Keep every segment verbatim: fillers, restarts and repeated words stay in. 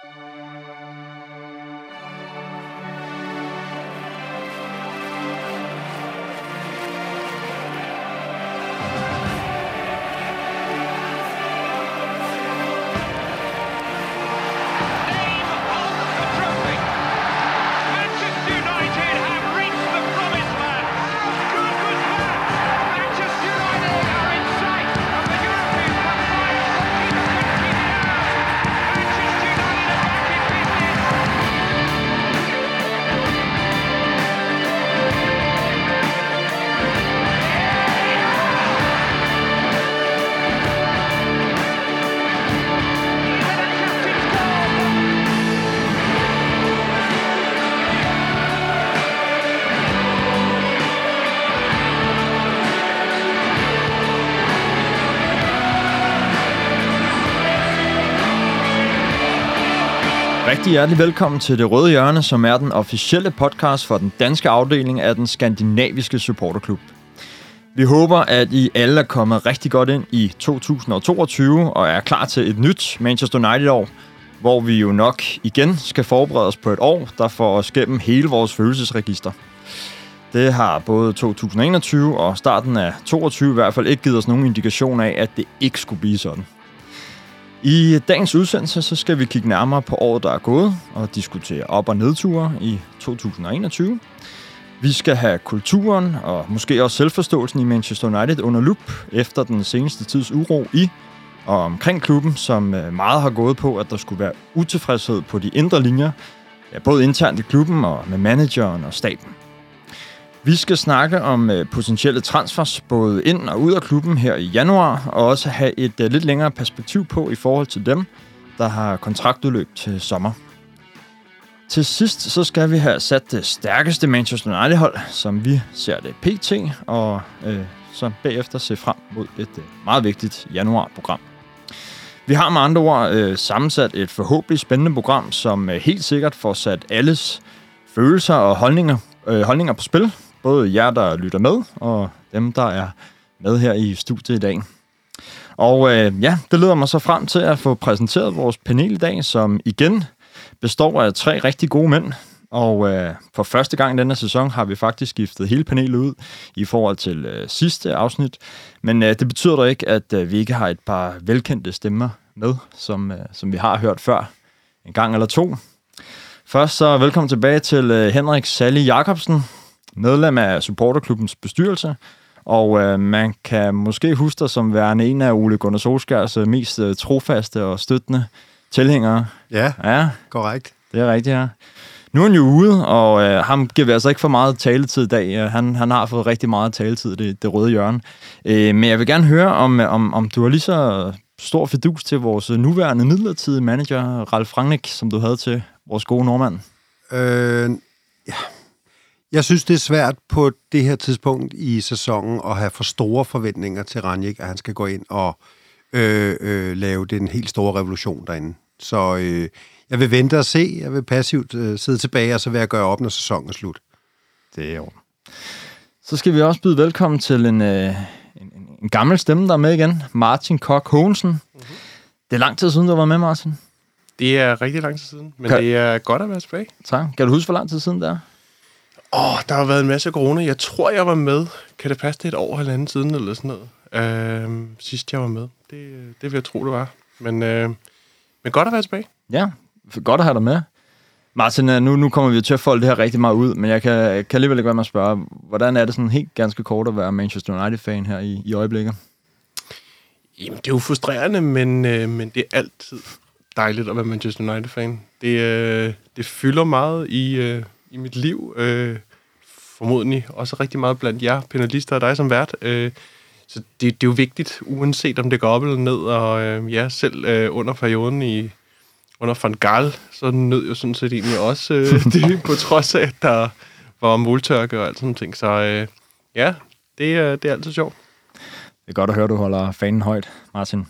Rigtig hjertelig velkommen til Det Røde Hjørne, som er den officielle podcast for den danske afdeling af den skandinaviske supporterklub. Vi håber, at I alle er kommet rigtig godt ind i to tusind toogtyve og er klar til et nyt Manchester United-år, hvor vi jo nok igen skal forberede os på et år, der får os gennem hele vores følelsesregister. Det har både to tusind enogtyve og starten af toogtyve i hvert fald ikke givet os nogen indikation af, at det ikke skulle blive sådan. I dagens udsendelse så skal vi kigge nærmere på året, der er gået, og diskutere op- og nedture i to tusind enogtyve. Vi skal have kulturen og måske også selvforståelsen i Manchester United under lup efter den seneste tids uro i og omkring klubben, som meget har gået på, at der skulle være utilfredshed på de indre linjer, ja, både internt i klubben og med manageren og staben. Vi skal snakke om uh, potentielle transfers både ind og ud af klubben her i januar, og også have et uh, lidt længere perspektiv på i forhold til dem, der har kontraktudløb til sommer. Til sidst så skal vi have sat det stærkeste Manchester United-hold, som vi ser det pt, og uh, så bagefter se frem mod et uh, meget vigtigt januarprogram. Vi har med andre ord uh, sammensat et forhåbentlig spændende program, som uh, helt sikkert får sat alles følelser og holdninger, uh, holdninger på spil. Både jer, der lytter med, og dem, der er med her i studiet i dag. Og øh, ja, det leder mig så frem til at få præsenteret vores panel i dag, som igen består af tre rigtig gode mænd. Og øh, for første gang i denne sæson har vi faktisk skiftet hele panelet ud i forhold til øh, sidste afsnit. Men øh, det betyder da ikke, at øh, vi ikke har et par velkendte stemmer med, som, øh, som vi har hørt før en gang eller to. Først så velkommen tilbage til øh, Henrik Salli Jacobsen, medlem af supporterklubbens bestyrelse, og øh, man kan måske huske dig som værende en af Ole Gunnar Solskjærs øh, mest øh, trofaste og støttende tilhængere. Ja, ja, korrekt. Det er rigtigt, ja. Nu er han jo ude, og øh, ham giver vi altså ikke for meget taletid i dag. Han, han har fået rigtig meget taletid i det, det røde hjørne. Øh, men jeg vil gerne høre, om, om, om du har lige så stor fidus til vores nuværende midlertidige manager, Ralf Rangnick, som du havde til vores gode nordmand. Øh, ja... Jeg synes, det er svært på det her tidspunkt i sæsonen at have for store forventninger til Rangnick, at han skal gå ind og øh, øh, lave den helt store revolution derinde. Så øh, jeg vil vente og se. Jeg vil passivt øh, sidde tilbage, og så vil jeg gøre op, når sæsonen er slut. Det er jo. Så skal vi også byde velkommen til en, øh, en, en gammel stemme, der er med igen. Martin Koch Hogensen. Mm-hmm. Det er lang tid siden, du var med, Martin. Det er rigtig lang tid siden, men kan... det er godt at være tilbage. Tak. Kan du huske, hvor lang tid siden det er? Åh, oh, der har været en masse corona. Jeg tror, jeg var med. Kan det passe, det et år, halvanden siden eller sådan noget? Øh, sidst jeg var med. Det, det vil jeg tro, det var. Men, øh, men godt at være tilbage. Ja, godt at have dig med. Martin, nu, nu kommer vi til at folde det her rigtig meget ud, men jeg kan, kan alligevel ikke være med at spørge, hvordan er det sådan helt ganske kort at være Manchester United-fan her i, i øjeblikket? Jamen, det er jo frustrerende, men, øh, men det er altid dejligt at være Manchester United-fan. Det, øh, det fylder meget i... Øh, i mit liv, øh, formodentlig også rigtig meget blandt jer panelister og dig som vært. Øh, så det, det er jo vigtigt, uanset om det går op eller ned, og øh, ja, selv øh, under perioden i under Van Gaal, så nød jo sådan set egentlig også øh, det, på trods af, at der var måltørke og alt sådan ting. Så øh, ja, det, øh, det er altid sjovt. Det er godt at høre, du holder fanen højt, Martin.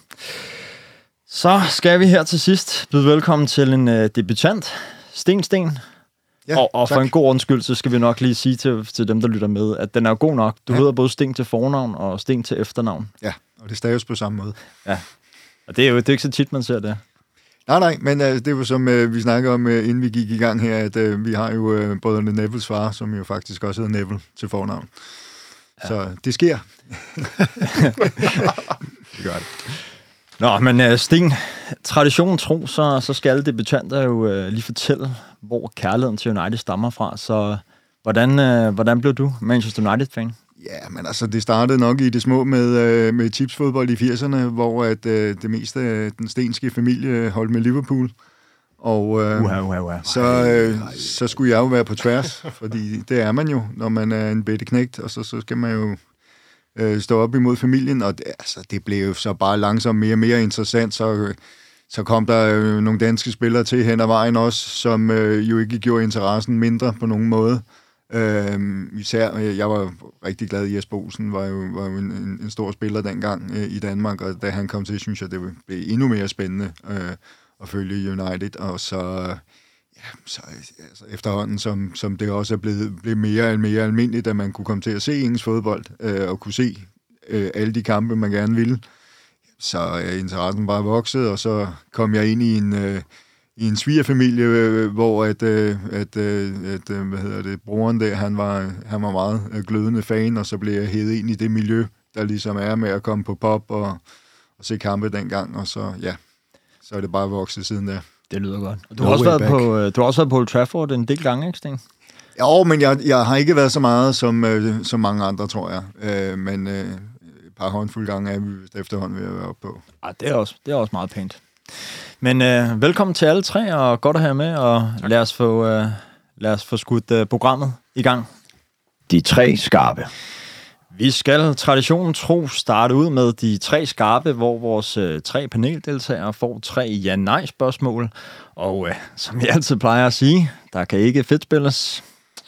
Så skal vi her til sidst byde velkommen til en øh, debutant, Sten Sten. Ja, og, og for en god ordens skyld, så skal vi nok lige sige til, til dem, der lytter med, at den er god nok. Du ja. hedder både Sten til fornavn og Sten til efternavn. Ja, og det staves på samme måde. Ja, og det er jo det er ikke så tit, man ser det. Nej, nej, men uh, det var som uh, vi snakkede om, uh, inden vi gik i gang her, at uh, vi har jo uh, brødrene Nevilles far, som jo faktisk også hedder Neville til fornavn. Ja. Så det sker. Det gør det. Nå, men uh, Sten, traditionen tro, så, så skal alle debutanter jo uh, lige fortælle, hvor kærligheden til United stammer fra. Så hvordan, uh, hvordan blev du Manchester United-fan? Ja, men altså, det startede nok i det små med, øh, med tipsfodbold i firserne, hvor at, øh, det meste af den stenske familie holdt med Liverpool. Og øh, uha, uha, uha. Så, øh, så skulle jeg jo være på tværs, fordi det er man jo, når man er en bætteknægt, og så, så skal man jo øh, stå op imod familien, og det, altså, det blev så bare langsomt mere og mere interessant, så, øh, så kom der øh, nogle danske spillere til hen ad vejen også, som øh, jo ikke gjorde interessen mindre på nogen måde. Øh, især, jeg var rigtig glad, Jesper Olsen var jo, var jo en, en, en stor spiller dengang øh, i Danmark, og da han kom til, synes jeg, det blev endnu mere spændende øh, at følge United, og så, ja, så altså, efterhånden, som, som det også er blevet, blevet mere og mere almindeligt, at man kunne komme til at se engelsk fodbold, øh, og kunne se øh, alle de kampe, man gerne ville, så øh, interessen bare voksede, og så kom jeg ind i en... Øh, i en svigerfamilie, øh, hvor at, øh, at, øh, at øh, hvad hedder det, broren der, han var, han var meget øh, glødende fan, og så blev jeg hævet ind i det miljø, der ligesom er med at komme på pop og, og se kampe dengang, og så, ja, så er det bare vokset siden der. Det lyder godt. Du har, også været på, du har også været på Old Trafford en del gange, ikke, Sten? Jo, men jeg, jeg har ikke været så meget som, øh, som mange andre, tror jeg. Øh, men øh, et par håndfulde gange er vi efterhånden ved at være oppe på. Ah, det, er også, det er også meget pænt. Men øh, velkommen til alle tre, og godt at have med, og lad os få, øh, lad os få skudt øh, programmet i gang. De tre skarpe. Vi skal traditionen tro starte ud med de tre skarpe, hvor vores øh, tre paneldeltagere får tre ja-nej-spørgsmål. Og øh, som jeg altid plejer at sige, der kan ikke fedtspilles.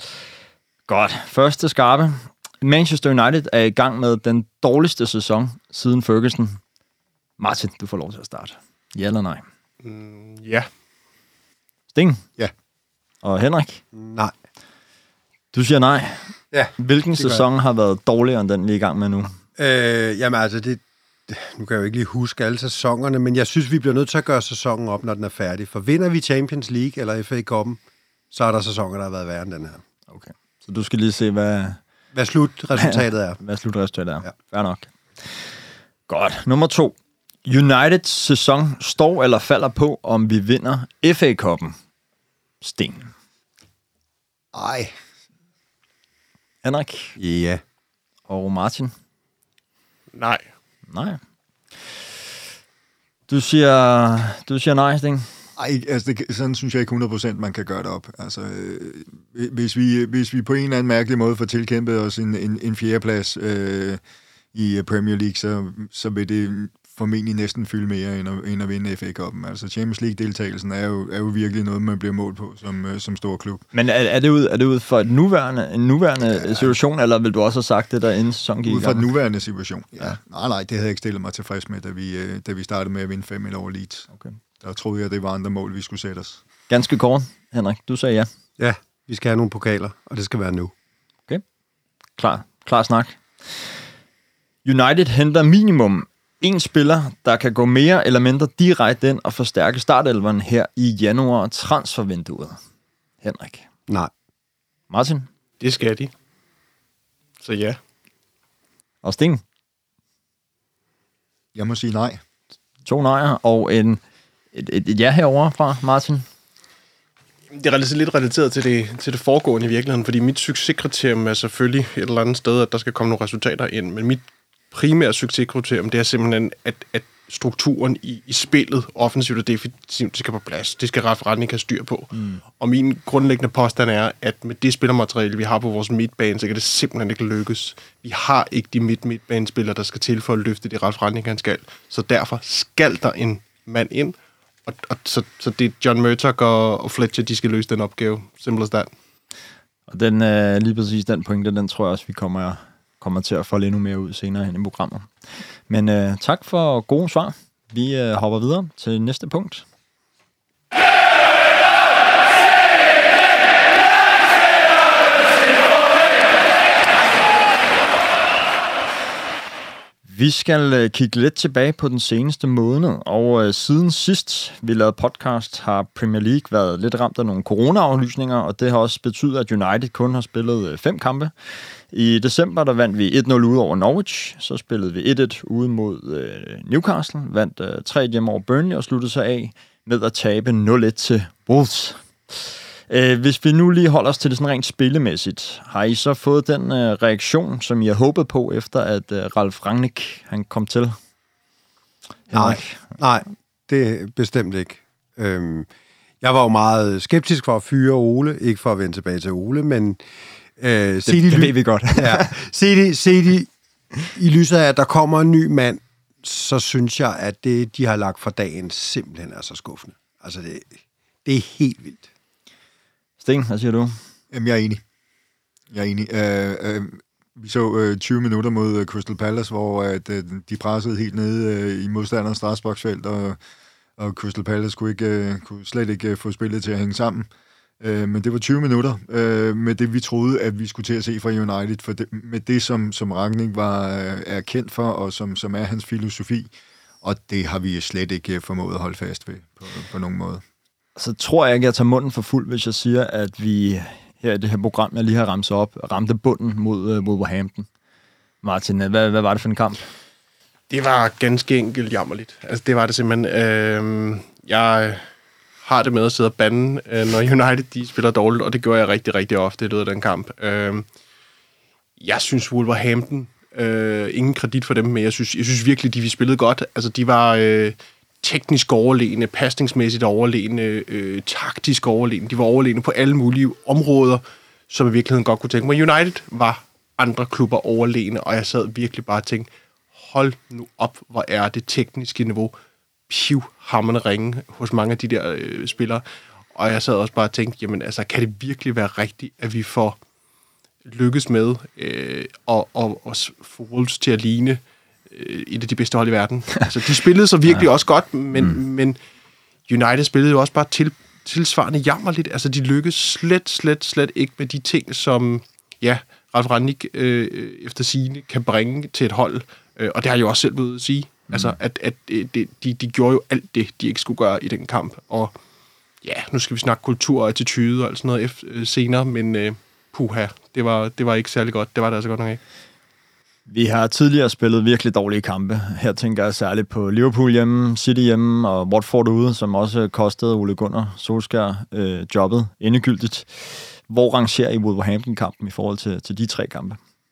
Godt. Første skarpe. Manchester United er i gang med den dårligste sæson siden Ferguson. Martin, du får lov til at starte. Ja eller nej? Mm, ja. Sten? Ja. Og Henrik? Nej. Du siger nej. Ja. Hvilken sæson har været dårligere end den, vi er i gang med nu? Øh, jamen altså, det, nu kan jeg jo ikke lige huske alle sæsonerne, men jeg synes, vi bliver nødt til at gøre sæsonen op, når den er færdig. For vinder vi Champions League eller F A-Cup'en, så er der sæsoner, der har været værre end den her. Okay. Så du skal lige se, hvad... Hvad slutresultatet er. hvad slutresultatet er. Ja. Fair nok. Godt. Nummer to. Uniteds sæson står eller falder på, om vi vinder F A-Cup'en. Sten. Ej. Henrik. Ja. Og Martin. Nej. Nej. Du siger, du siger nej, Sten. Ej, altså det, sådan synes jeg ikke hundrede procent, man kan gøre det op. Altså, øh, hvis, vi, hvis vi på en eller anden mærkelig måde får tilkæmpet os en, en, en fjerdeplads øh, i Premier League, så, så vil det formentlig næsten fylde mere end at, end at vinde F A-Cup'en. Altså Champions League-deltagelsen er jo, er jo virkelig noget, man bliver målt på som, øh, som stor klub. Men er, er, det ud, er det ud for et nuværende, en nuværende ja, situation, eller vil du også have sagt det, der inden sæsonen gik i gang? Ud fra den nuværende situation, ja. Nej, nej, det havde jeg ikke stillet mig tilfreds med, da vi, øh, da vi startede med at vinde fem over Leeds. Okay. Der troede jeg, det var andre mål, vi skulle sætte os. Ganske kort, Henrik. Du sagde ja. Ja, vi skal have nogle pokaler, og det skal være nu. Okay. Klar, klar snak. United henter minimum en spiller, der kan gå mere eller mindre direkte ind og forstærke startelveren her i januar transfervinduet. Henrik. Nej. Martin. Det skal de. Så ja. Og Sten. Jeg må sige nej. To nejer og en, et, et, et ja herovre fra Martin. Det er lidt relateret til det, til det foregående i virkeligheden, fordi mit succeskriterium er selvfølgelig et eller andet sted, at der skal komme nogle resultater ind, men mit primære succeskriterium, det er simpelthen, at, at strukturen i, i spillet, offensivt og defensivt, det skal på plads. Det skal Ralf Rangnick have styr på. Mm. Og min grundlæggende påstand er, at med det spillermateriale, vi har på vores midtbane, så kan det simpelthen ikke lykkes. Vi har ikke de midt-midtbanespillere, der skal til for at løfte det, Ralf Rangnick han skal. Så derfor skal der en mand ind, og, og så, så det er John Murtough og, og Fletcher, de skal løse den opgave. Simple as that. Og den, øh, lige præcis den pointe, den tror jeg også, vi kommer, kommer til at folde endnu mere ud senere hen i programmet. Men øh, tak for gode svar. Vi øh, hopper videre til næste punkt. Vi skal uh, kigge lidt tilbage på den seneste måned, og uh, siden sidst vi lavede podcast, har Premier League været lidt ramt af nogle corona-aflysninger, og det har også betydet, at United kun har spillet uh, fem kampe. I december der vandt vi et nul ude over Norwich, så spillede vi et et ude mod uh, Newcastle, vandt uh, tre et hjemme over Burnley og sluttede sig af med at tabe nul et til Wolves. Uh, hvis vi nu lige holder os til det sådan rent spillemæssigt, har I så fået den uh, reaktion, som I har håbet på, efter at uh, Ralf Rangnick han kom til? Nej, nej, det er bestemt ikke. Øhm, jeg var jo meget skeptisk for at fyre Ole, ikke for at vende tilbage til Ole, men øh, det, det, det ved vi godt. ja, se det, se det i lyset af, at der kommer en ny mand, så synes jeg, at det, de har lagt for dagen, simpelthen er så skuffende. Altså, det, det er helt vildt. Sten, hvad siger du? Jamen, jeg er enig. Jeg er enig. Øh, øh, vi så øh, tyve minutter mod øh, Crystal Palace, hvor at, øh, de pressede helt nede øh, i modstanderens straffesparksfelt, og, og Crystal Palace kunne, ikke, øh, kunne slet ikke øh, få spillet til at hænge sammen. Øh, men det var tyve minutter øh, med det, vi troede, at vi skulle til at se fra United, for det, med det, som, som Rangnick var, øh, er kendt for, og som, som er hans filosofi, og det har vi slet ikke formået at holde fast ved på, på nogen måde. Så tror jeg ikke, jeg tager munden for fuld, hvis jeg siger, at vi her i det her program, jeg lige har ramt op, ramte bunden mod uh, Wolverhampton. Martin, hvad, hvad var det for en kamp? Det var ganske enkelt jammerligt. Altså, det var det simpelthen. Øh, jeg har det med at sidde og bande, øh, når United de spiller dårligt, og det gjorde jeg rigtig, rigtig ofte i løbet af den kamp. Øh, jeg synes, Wolverhampton, øh, ingen kredit for dem, men jeg synes, jeg synes virkelig, de vi spillede godt. Altså, de var øh, teknisk overlegne, pasningsmæssigt overlegne, øh, taktisk overlegne. De var overlegne på alle mulige områder, som i virkeligheden godt kunne tænke mig. United var andre klubber overlegne, og jeg sad virkelig bare og tænkte, hold nu op, hvor er det tekniske niveau pivhamrende ringe hos mange af de der øh, spillere. Og jeg sad også bare og tænkte, jamen altså, kan det virkelig være rigtigt, at vi får lykkes med øh, og, og, og få Wolves til at ligne øh, et af de bedste hold i verden? Altså, de spillede så virkelig ja. også godt, men, mm. men United spillede jo også bare til, tilsvarende jammerligt. Altså, de lykkedes slet, slet, slet ikke med de ting, som ja, Ralf Rangnick øh, efter sigende kan bringe til et hold. Øh, og det har jeg jo også selv ved at sige. Mm. Altså, at, at de, de, de gjorde jo alt det, de ikke skulle gøre i den kamp. Og ja, nu skal vi snakke kultur og attitude og alt sådan noget efter, senere, men øh, puha, det var, det var ikke særlig godt. Det var det altså godt nok ikke. Vi har tidligere spillet virkelig dårlige kampe. Her tænker jeg særligt på Liverpool hjemme, City hjemme og Watford ude, som også kostede Ole Gunnar Solskjaer øh, jobbet endegyldigt. Hvor rangerer I Wolverhampton-kampen i forhold til, til de tre kampe?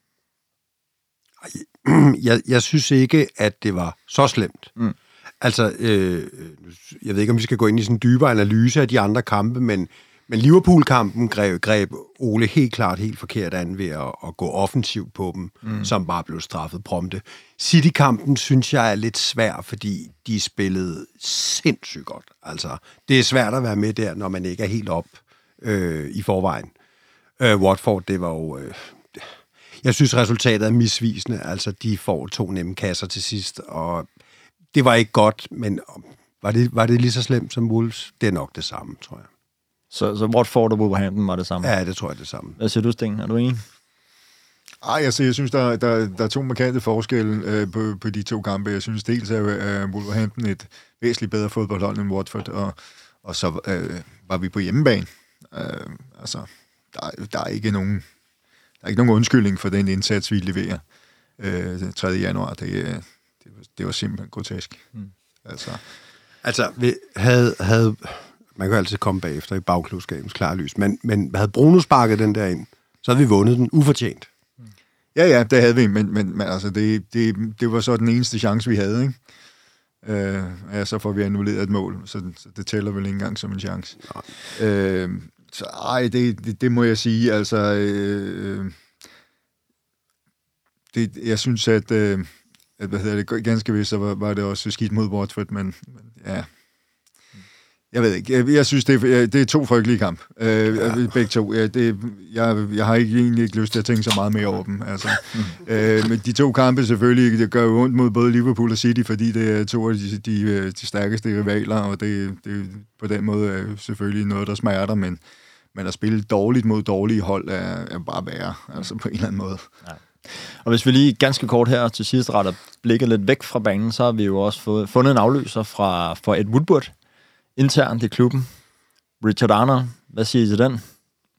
Jeg, jeg synes ikke, at det var så slemt. Mm. Altså, øh, jeg ved ikke, om vi skal gå ind i sådan en dybere analyse af de andre kampe, men, men Liverpool-kampen greb, greb Ole helt klart helt forkert an ved at, at gå offensivt på dem, mm. som bare blev straffet prompte. City-kampen synes jeg er lidt svær, fordi de spillede sindssygt godt. Altså, det er svært at være med der, når man ikke er helt op øh, i forvejen. Øh, Watford, det var jo... Øh, jeg synes, resultatet er misvisende. Altså, de får to nemme kasser til sidst, og det var ikke godt, men var det, var det lige så slemt som Wolves? Det er nok det samme, tror jeg. Så, så Watford og Wolverhampton var det samme? Ja, det tror jeg det samme. Hvad siger du, Sten? Er du enig? Ej, altså, jeg synes, der, der, der er to markante forskelle øh, på, på de to kampe. Jeg synes dels, at øh, Wolverhampton et væsentligt bedre fodboldhold end Watford, og, og så øh, var vi på hjemmebane. Øh, altså, der, der er ikke nogen... Der er ikke nogen undskyldning for den indsats, vi leverer øh, den tredje januar. Det, det, var, det var simpelthen grotesk. Mm. Altså, altså vi havde, havde, man kan altid komme bagefter i bagklodskabens klare lys, men, men havde Bruno sparket den der ind, så havde vi vundet den ufortjent. Mm. Ja, ja, det havde vi, men, men, men altså, det, det, det var så den eneste chance, vi havde, ikke? Øh, ja, så får vi annulleret et mål, så, så det tæller vel ikke engang som en chance. Øh, Så ej, det, det, det må jeg sige, altså, øh, det, jeg synes, at, øh, at hvad hedder det, ganske vist, så var, var det også skidt mod Watford, men, men ja, jeg ved ikke, jeg, jeg synes, det er, det er to frygtelige kamp, øh, ja. begge to, ja, det, jeg, jeg har ikke, egentlig ikke lyst til at tænke så meget mere over dem, altså, mm. øh, men de to kampe selvfølgelig, det gør jo ondt mod både Liverpool og City, fordi det er to af de, de, de stærkeste rivaler, og det, det på den måde er selvfølgelig noget, der smerter, men Men at spille dårligt mod dårlige hold er, er bare værre, altså på en eller anden måde. Ja. Og hvis vi lige ganske kort her til sidst retter blikket lidt væk fra banen, så har vi jo også fået, fundet en afløser fra, fra Ed Woodward, internt i klubben. Richard Arnold, hvad siger I til den?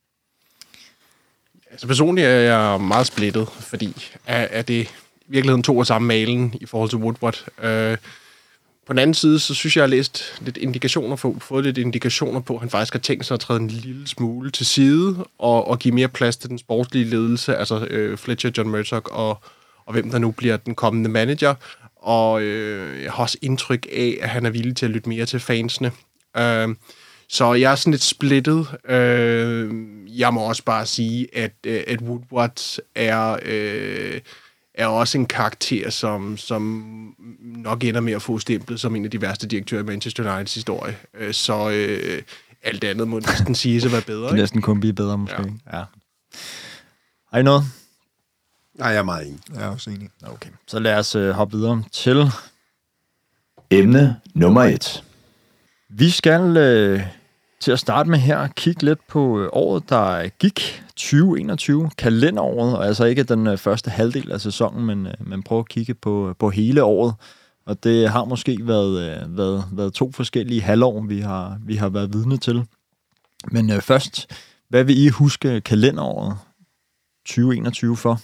Altså personligt er jeg meget splittet, fordi er, er det i virkeligheden to og samme malen i forhold til Woodward. Øh, på den anden side, så synes jeg, jeg har læst lidt indikationer på, fået lidt indikationer på, at han faktisk har tænkt sig at træde en lille smule til side og, og give mere plads til den sportslige ledelse, altså øh, Fletcher, John Murdoch og, og hvem der nu bliver den kommende manager. Og øh, jeg har også indtryk af, at han er villig til at lytte mere til fansene. Øh, Så jeg er sådan lidt splittet. Øh, jeg må også bare sige, at, at Woodward er, øh, er også en karakter, som, som nok ender med at få stemplet som en af de værste direktører i Manchester Uniteds historie. Øh, så øh, alt andet må næsten sige at være bedre. Det næsten kunne blive bedre, måske. Ja. Ja. Har I noget? Nej, jeg er meget enig. Jeg er også enig. Okay, så lad os øh, hoppe videre til emne nummer et. Vi skal øh, til at starte med her kigge lidt på øh, året, der gik, tyve enogtyve, kalenderåret, og altså ikke den øh, første halvdel af sæsonen, men, øh, men prøve at kigge på, på hele året. Og det har måske været, øh, været, været to forskellige halvår, vi har, vi har været vidne til. Men øh, først, hvad vil I huske kalenderåret tyve enogtyve for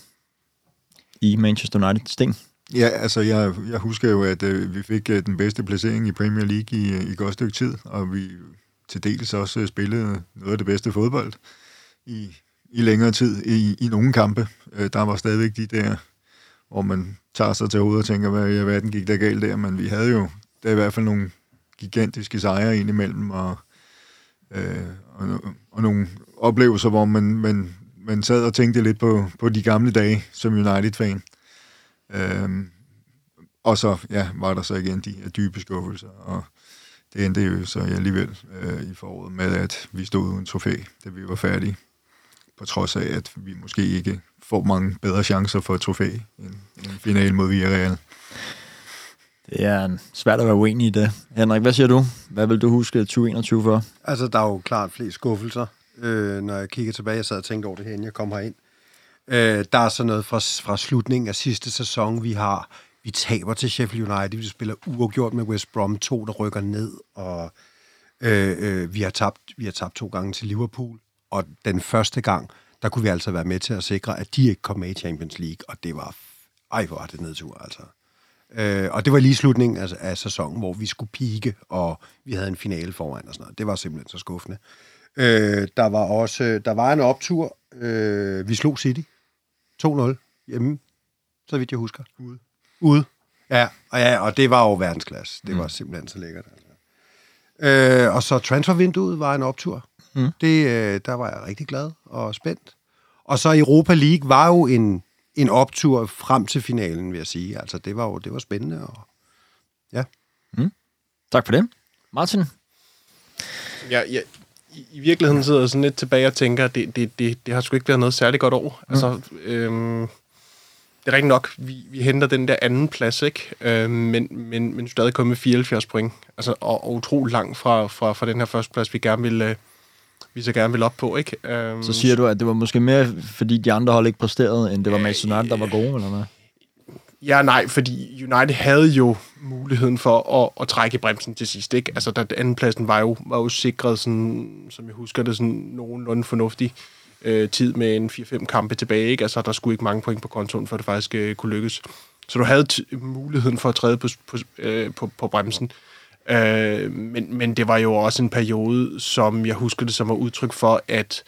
i Manchester United? Sten? Ja, altså jeg, jeg husker jo, at øh, vi fik øh, den bedste placering i Premier League i, i godt stykke tid, og vi til dels også øh, spillede noget af det bedste fodbold i, i længere tid i, i nogle kampe. Øh, der var stadigvæk de der, hvor man tager sig til hovedet og tænker, hvad i verden gik der galt der, men vi havde jo der i hvert fald nogle gigantiske sejre indimellem, og, øh, og, og nogle oplevelser, hvor man, man, man sad og tænkte lidt på, på de gamle dage som United-fan. Øhm, og så ja, var der så igen de her dybe skuffelser, og det endte jo så alligevel øh, i foråret med, at vi stod uden trofæ, da vi var færdige, på trods af, at vi måske ikke får mange bedre chancer for et trofæ end en finale mod Villarreal. Det er svært at være uenig i det. Henrik, hvad siger du? Hvad vil du huske tyve enogtyve for? Altså, der er jo klart flest skuffelser, øh, når jeg kigger tilbage. Jeg sad og tænkte over det her, inden jeg kom herind. Øh, der er sådan noget fra, fra slutningen af sidste sæson, vi har. Vi taber til Sheffield United, vi spiller uafgjort med West Brom, to, der rykker ned, og øh, øh, vi, har tabt, vi har tabt to gange til Liverpool, og den første gang, der kunne vi altså være med til at sikre, at de ikke kom med i Champions League, og det var, ej, hvor var det nedtur, altså. Øh, og det var lige slutningen af, af sæsonen, hvor vi skulle pike, og vi havde en finale foran og sådan noget. Det var simpelthen så skuffende. Øh, der var også, der var en optur, øh, vi slog City, to nul hjemme, så vidt jeg husker. Ude. Ude. Ja, og, ja, og det var jo verdensklasse. Det var simpelthen så lækkert. Altså. Øh, og så transfervinduet var en optur. Mm. Det, øh, der var jeg rigtig glad og spændt. Og så Europa League var jo en, en optur frem til finalen, vil jeg sige. Altså, det var jo det var spændende. Og, ja. Mm. Tak for det. Martin? Ja, ja. I, I virkeligheden sidder jeg sådan lidt tilbage og tænker, at det, det, det, det har sgu ikke været noget særligt godt år. Mm. Altså, øhm, det er rigtigt nok, vi, vi henter den der anden plads, ikke? Øhm, men, men, men stadig kommet med fireoghalvfjerds point. Altså, og, og utroligt langt fra, fra, fra den her første plads, vi gerne vil, øh, vi så gerne vil op på, ikke? Øhm, så siger du, at det var måske mere, fordi de andre hold ikke præsterede, end det var Manchester United, der var gode, eller hvad? Ja, nej, fordi United havde jo muligheden for at, at trække bremsen til sidst, ikke? Altså, der andenpladsen var jo, var jo sikret, sådan, som jeg husker det, sådan nogenlunde fornuftig øh, tid med en fire fem kampe tilbage, ikke? Altså, der skulle ikke mange point på kontoen, for det faktisk øh, kunne lykkes. Så du havde t- muligheden for at træde på, på, øh, på, på bremsen. Øh, men, men det var jo også en periode, som jeg husker det, som var udtryk for, at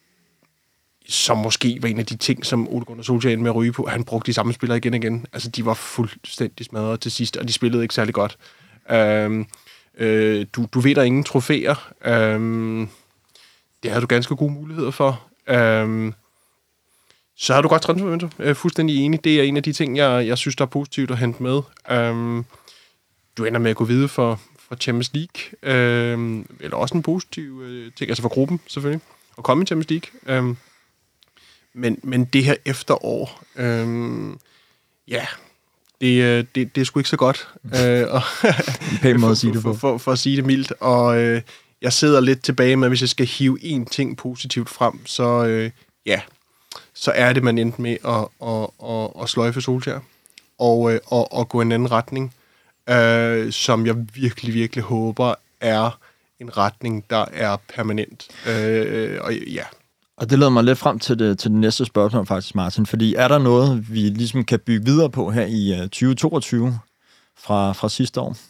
som måske var en af de ting, som Ole Gunnar Solskjaer endte med at ryge på. Han brugte de samme spillere igen og igen. Altså, de var fuldstændig smadret til sidst, og de spillede ikke særlig godt. Øhm, øh, du, du ved, der er ingen trofæer. Øhm, det havde du ganske gode muligheder for. Øhm, så har du godt transfervindue. Jeg er fuldstændig enig. Det er en af de ting, jeg, jeg synes, der er positivt at hente med. Øhm, du ender med at gå videre for, for Champions League. Øhm, eller også en positiv øh, ting, altså for gruppen selvfølgelig. At komme i Champions League. Øhm, Men, men det her efterår, øhm, ja, det, det, det er sgu ikke så godt. Øh, og pæn måde at sige det for, på. for, for, for at sige det mildt. Og øh, jeg sidder lidt tilbage med, hvis jeg skal hive én ting positivt frem, så øh, ja, så er det, man endte med at, at, at, at sløjfe Solskjær og, øh, og, og gå en anden retning, øh, som jeg virkelig, virkelig håber er en retning, der er permanent. Øh, og ja. Og det leder mig lidt frem til det, til det næste spørgsmål faktisk, Martin, fordi er der noget, vi ligesom kan bygge videre på her i uh, tyve toogtyve fra, fra sidste år?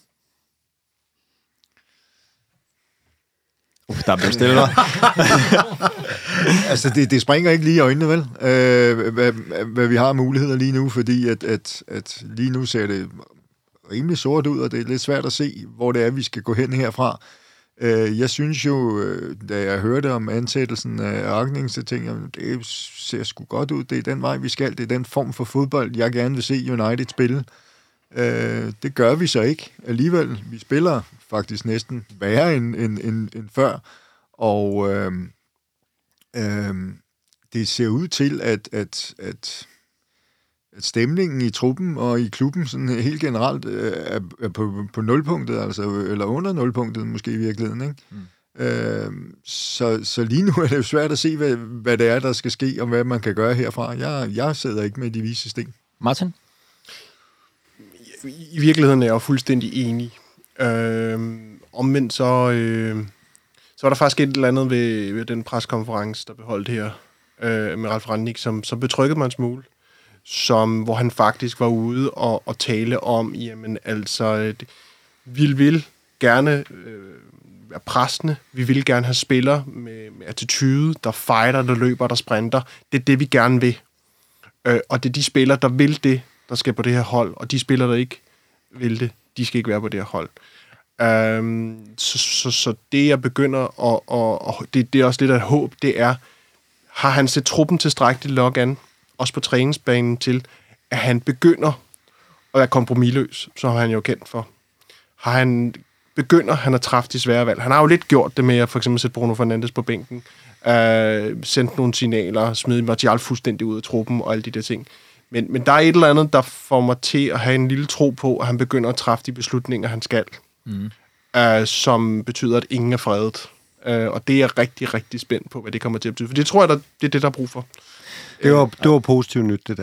Uh, der bliver stille der. Altså, det, det springer ikke lige i øjnene, vel? Øh, hvad, hvad vi har af muligheder lige nu, fordi at, at, at lige nu ser det rimelig sort ud, og det er lidt svært at se, hvor det er, vi skal gå hen herfra. Øh, jeg synes jo, da jeg hørte om ansættelsen af Agning, så tænkte jeg, det ser sgu godt ud, det er den vej, vi skal, det er den form for fodbold, jeg gerne vil se United spille. Øh, det gør vi så ikke alligevel. Vi spiller faktisk næsten værre end, end, end, end før, og øh, øh, det ser ud til, at, at, at, at stemningen i truppen og i klubben sådan helt generelt er, er på, på nulpunktet, altså, eller under nulpunktet måske i virkeligheden. Ikke? Mm. Øh, så, så lige nu er det jo svært at se, hvad, hvad det er, der skal ske, og hvad man kan gøre herfra. Jeg, jeg sidder ikke med de vise sten. Martin? I virkeligheden er jeg jo fuldstændig enig. Øh, omvendt så, øh, så var der faktisk et eller andet ved, ved den preskonference, der blev holdt her øh, med Ralf Rangnick, som, som betrykkede mig en smule, som, hvor han faktisk var ude og, og tale om, jamen altså, det, vi vil gerne øh, være pressende, vi vil gerne have spillere med, med attitude, der fighter, der løber, der sprinter. Det er det, vi gerne vil. Øh, og det er de spillere, der vil det, der skal på det her hold, og de spillere, der ikke vil det, de skal ikke være på det her hold. Um, så, så, så det, jeg begynder, og, og, og det, det er også lidt af et håb, det er, har han set truppen tilstrækkeligt lok an, også på træningsbanen til, at han begynder at være kompromisløs, som han jo kendt for. Har han begynder, han at træffe de svære valg. Han har jo lidt gjort det med at for eksempel sætte Bruno Fernandes på bænken, uh, sendt nogle signaler, smide Martial fuldstændig ud af truppen og alle de der ting. Men, men der er et eller andet, der får mig til at have en lille tro på, at han begynder at træffe de beslutninger, han skal. Mm. Uh, som betyder, at ingen er fredet. Uh, og det er jeg rigtig, rigtig spændt på, hvad det kommer til at betyde. For det tror jeg, der, det er det, der er brug for. Det var, det var positivt nyt, det der.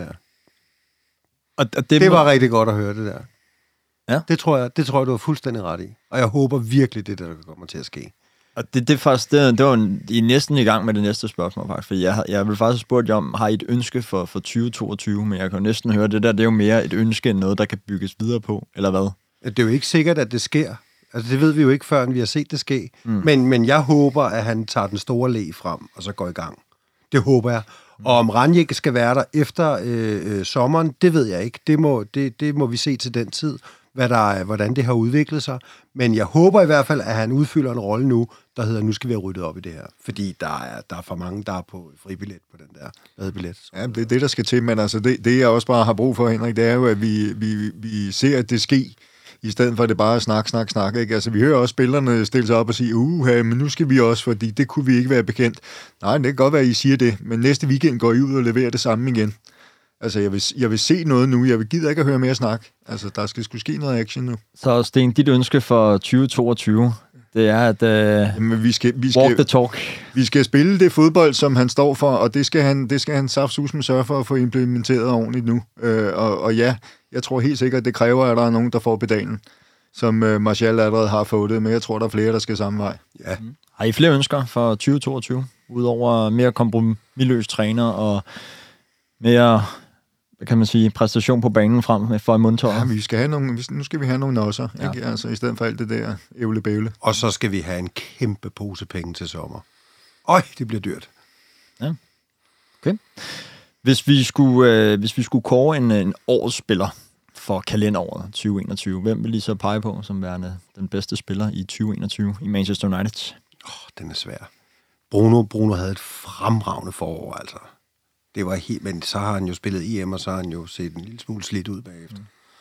Og, og det, det må... var rigtig godt at høre, det der. Ja. Det tror jeg, det tror jeg, du har fuldstændig ret i. Og jeg håber virkelig, det er det, der kommer til at ske. Og det, det, faktisk, det, det var I næsten i gang med det næste spørgsmål, faktisk. For jeg, jeg vil faktisk spurgt jer om, har I et ønske for, for tyve toogtyve? Men jeg kan jo næsten høre, det der, det er jo mere et ønske, end noget, der kan bygges videre på, eller hvad? Det er jo ikke sikkert, at det sker. Altså, det ved vi jo ikke, før vi har set det ske. Mm. Men, men jeg håber, at han tager den store læ frem, og så går i gang. Det håber jeg. Mm. Og om Rangnick skal være der efter øh, øh, sommeren, det ved jeg ikke. Det må, det, det må vi se til den tid, hvad der er, hvordan det har udviklet sig. Men jeg håber i hvert fald, at han udfylder en rolle nu, der hedder, nu skal vi have ryddet op i det her. Fordi der er, der er for mange, der er på fribillet på den der badebillet. Ja, det er det, der skal til. Men altså, det, det jeg også bare har brug for, Henrik, det er jo, at vi, vi, vi ser, at det sker, i stedet for at det bare er snak, snak, snak. Ikke? Altså, vi hører også spillerne stille sig op og sige, uha, men nu skal vi også, fordi det kunne vi ikke være bekendt. Nej, det kan godt være, at I siger det, men næste weekend går I ud og leverer det samme igen. Altså, jeg vil, jeg vil se noget nu. Jeg vil gider ikke at høre mere snak. Altså, der skal sgu ske noget action nu. Så Sten, dit ønske for tyve toogtyve, det er at uh, Jamen, vi skal, vi skal, walk the talk. Vi skal spille det fodbold, som han står for, og det skal han, det skal han saftsusme sørge for at få implementeret ordentligt nu. Øh, og, og ja, jeg tror helt sikkert, at det kræver, at der er nogen, der får pedalen, som uh, Martial allerede har fået det, men jeg tror, der er flere, der skal samme vej. Ja. Mm. Har I flere ønsker for tyve toogtyve? Udover mere kompromisløs træner og mere, hvad kan man sige, præstation på banen frem med for i mundtøjer? Ja, vi skal have nogle, nu skal vi have nogle nosser, ja. Ikke? Altså, i stedet for alt det der ævlebævle. Og så skal vi have en kæmpe pose penge til sommer. Øj, det bliver dyrt. Ja, okay. Hvis vi skulle, øh, hvis vi skulle kåre en, en årsspiller for kalenderåret tyve enogtyve, hvem vil I så pege på som værende den bedste spiller i tyve enogtyve i Manchester United? Åh, oh, den er svær. Bruno, Bruno havde et fremragende forår, altså. Det var helt, men så har han jo spillet E M, og så har han jo set en lille smule slidt ud bagefter.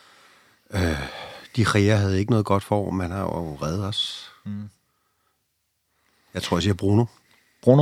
Mm. Øh, de Rea havde ikke noget godt forår, men han har jo reddet os. Mm. Jeg tror, jeg siger Bruno. Bruno?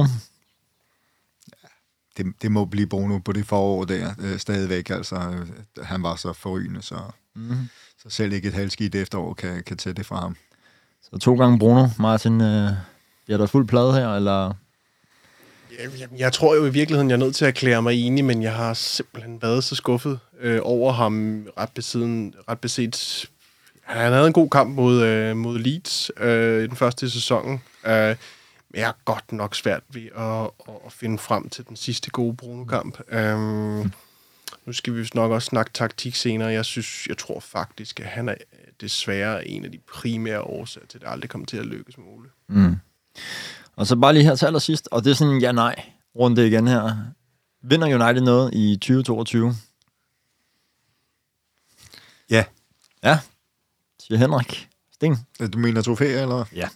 Ja, det, det må blive Bruno på det forår der, øh, stadigvæk. Altså, øh, han var så forrygende, så, mm. så selv ikke et halvskidt efterår kan, kan tage det fra ham. Så to gange Bruno. Martin, øh, bliver der fuld plade her, eller... Jeg, jeg tror jo i virkeligheden, jeg er nødt til at erklære mig enig, men jeg har simpelthen været så skuffet øh, over ham ret besiden, ret beset. Han havde en god kamp mod, øh, mod Leeds øh, i den første sæson. Øh, men jeg er godt nok svært ved at, at, at finde frem til den sidste gode Bruno-kamp. Øh, nu skal vi nok også snakke taktik senere. Jeg synes, jeg tror faktisk, at han er desværre en af de primære årsager til, at det aldrig kommer til at lykkes med Ole. Mm. Og så bare lige her til allersidst, og det er sådan en ja-nej-runde igen her. Vinder United noget i tyve toogtyve? Ja. Ja, siger Henrik. Sten? Du mener trofæer, eller? Ja.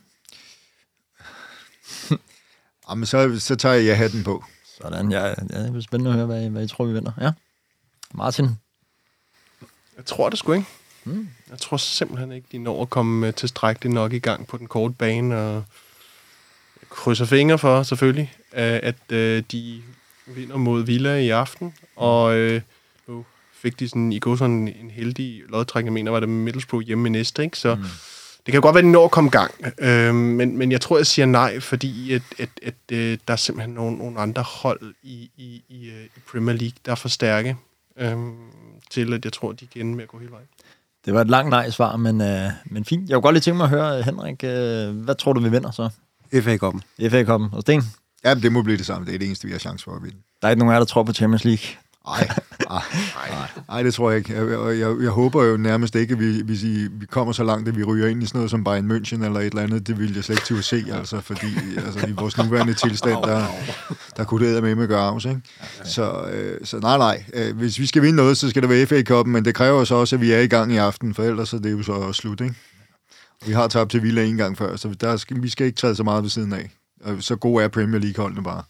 Jamen, så, så tager jeg hatten på. Sådan, ja, ja, det er spændende at høre, hvad I, hvad I tror, vi vinder. Ja. Martin? Jeg tror det sgu ikke. Mm. Jeg tror simpelthen ikke, de når at komme tilstrækkeligt nok i gang på den korte bane, og krydser fingre for, selvfølgelig, at de vinder mod Villa i aften, og øh, nu fik de sådan, i går sådan en heldig lodtrækning, jeg mener, var det Middlesbrough hjemme i næste, ikke? Så mm. det kan godt være, at de når at komme i gang, øh, men, men jeg tror, jeg siger nej, fordi at, at, at, at der er simpelthen nogle, nogle andre hold i, i, i, i Premier League, der er for stærke øh, til, at jeg tror, de kan ende med at gå hele vejen. Det var et langt nej-svar, men, øh, men fint. Jeg kunne godt lige tænke mig at høre, Henrik, øh, hvad tror du, vi vinder så? F A-koppen. F A-koppen. Og Sten? Ja, det må blive det samme. Det er det eneste, vi har chance for at vinde. Der er ikke nogen af jer, der tror på Champions League? Nej, nej, det tror jeg ikke. Jeg, jeg, jeg håber jo nærmest ikke, at vi, hvis I, vi kommer så langt, at vi ryger ind i sådan noget som Bayern München eller et eller andet. Det vil jeg slet ikke til at se, altså, fordi altså, i vores nuværende tilstand, der, der kunne det med med gøre af, ikke? Så, øh, så nej, nej. Hvis vi skal vinde noget, så skal det være F A-koppen, men det kræver så også, at vi er i gang i aften, for ellers er det jo så slut, ikke? Vi har tabt til Villa en gang før, så der skal, vi skal ikke træde så meget ved siden af. Så god er Premier League-holdene bare.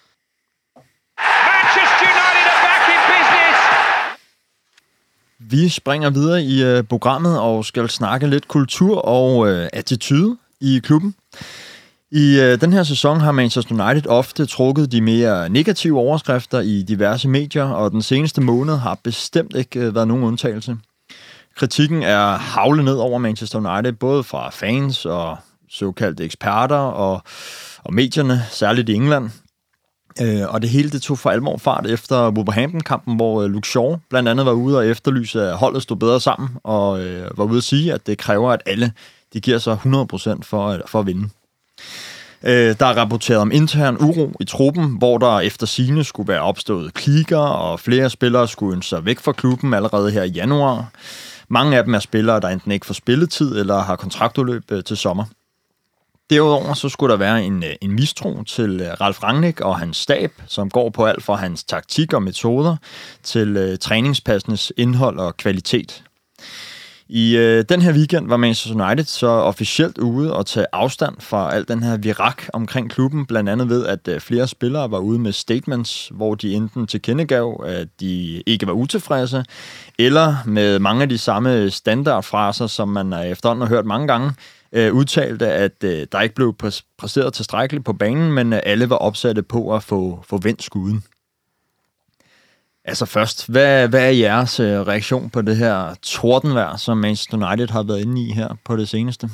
Vi springer videre i øh, programmet og skal snakke lidt kultur og øh, attitude i klubben. I øh, den her sæson har Manchester United ofte trukket de mere negative overskrifter i diverse medier, og den seneste måned har bestemt ikke øh, været nogen undtagelse. Kritikken er havlet ned over Manchester United, både fra fans og såkaldte eksperter og, og medierne, særligt i England. Øh, og det hele det tog for alvor fart efter Wolverhampton-kampen, hvor øh, Luke Shaw blandt andet var ude og efterlyse, at holdet stod bedre sammen, og øh, var ude at sige, at det kræver, at alle de giver sig hundrede procent for, for at vinde. Øh, der er rapporteret om intern uro i truppen, hvor der efter sigende skulle være opstået klikker, og flere spillere skulle ønske sig væk fra klubben allerede her i januar. Mange af dem er spillere, der enten ikke får spilletid eller har kontraktudløb øh, til sommer. Derudover så skulle der være en, en mistro til Ralf Rangnick og hans stab, som går på alt fra hans taktik og metoder til uh, træningspassenes indhold og kvalitet. I uh, den her weekend var Manchester United så officielt ude og tage afstand fra al den her virak omkring klubben, blandt andet ved, at uh, flere spillere var ude med statements, hvor de enten tilkendegav, at de ikke var utilfredse, eller med mange af de samme standardfraser, som man efterhånden har hørt mange gange, Uh, udtalte, at uh, der ikke blev præsteret tilstrækkeligt på banen, men uh, alle var opsatte på at få, få vendt skuden. Altså først, hvad, hvad er jeres uh, reaktion på det her tordenvejr, som Manchester United har været inde i her på det seneste?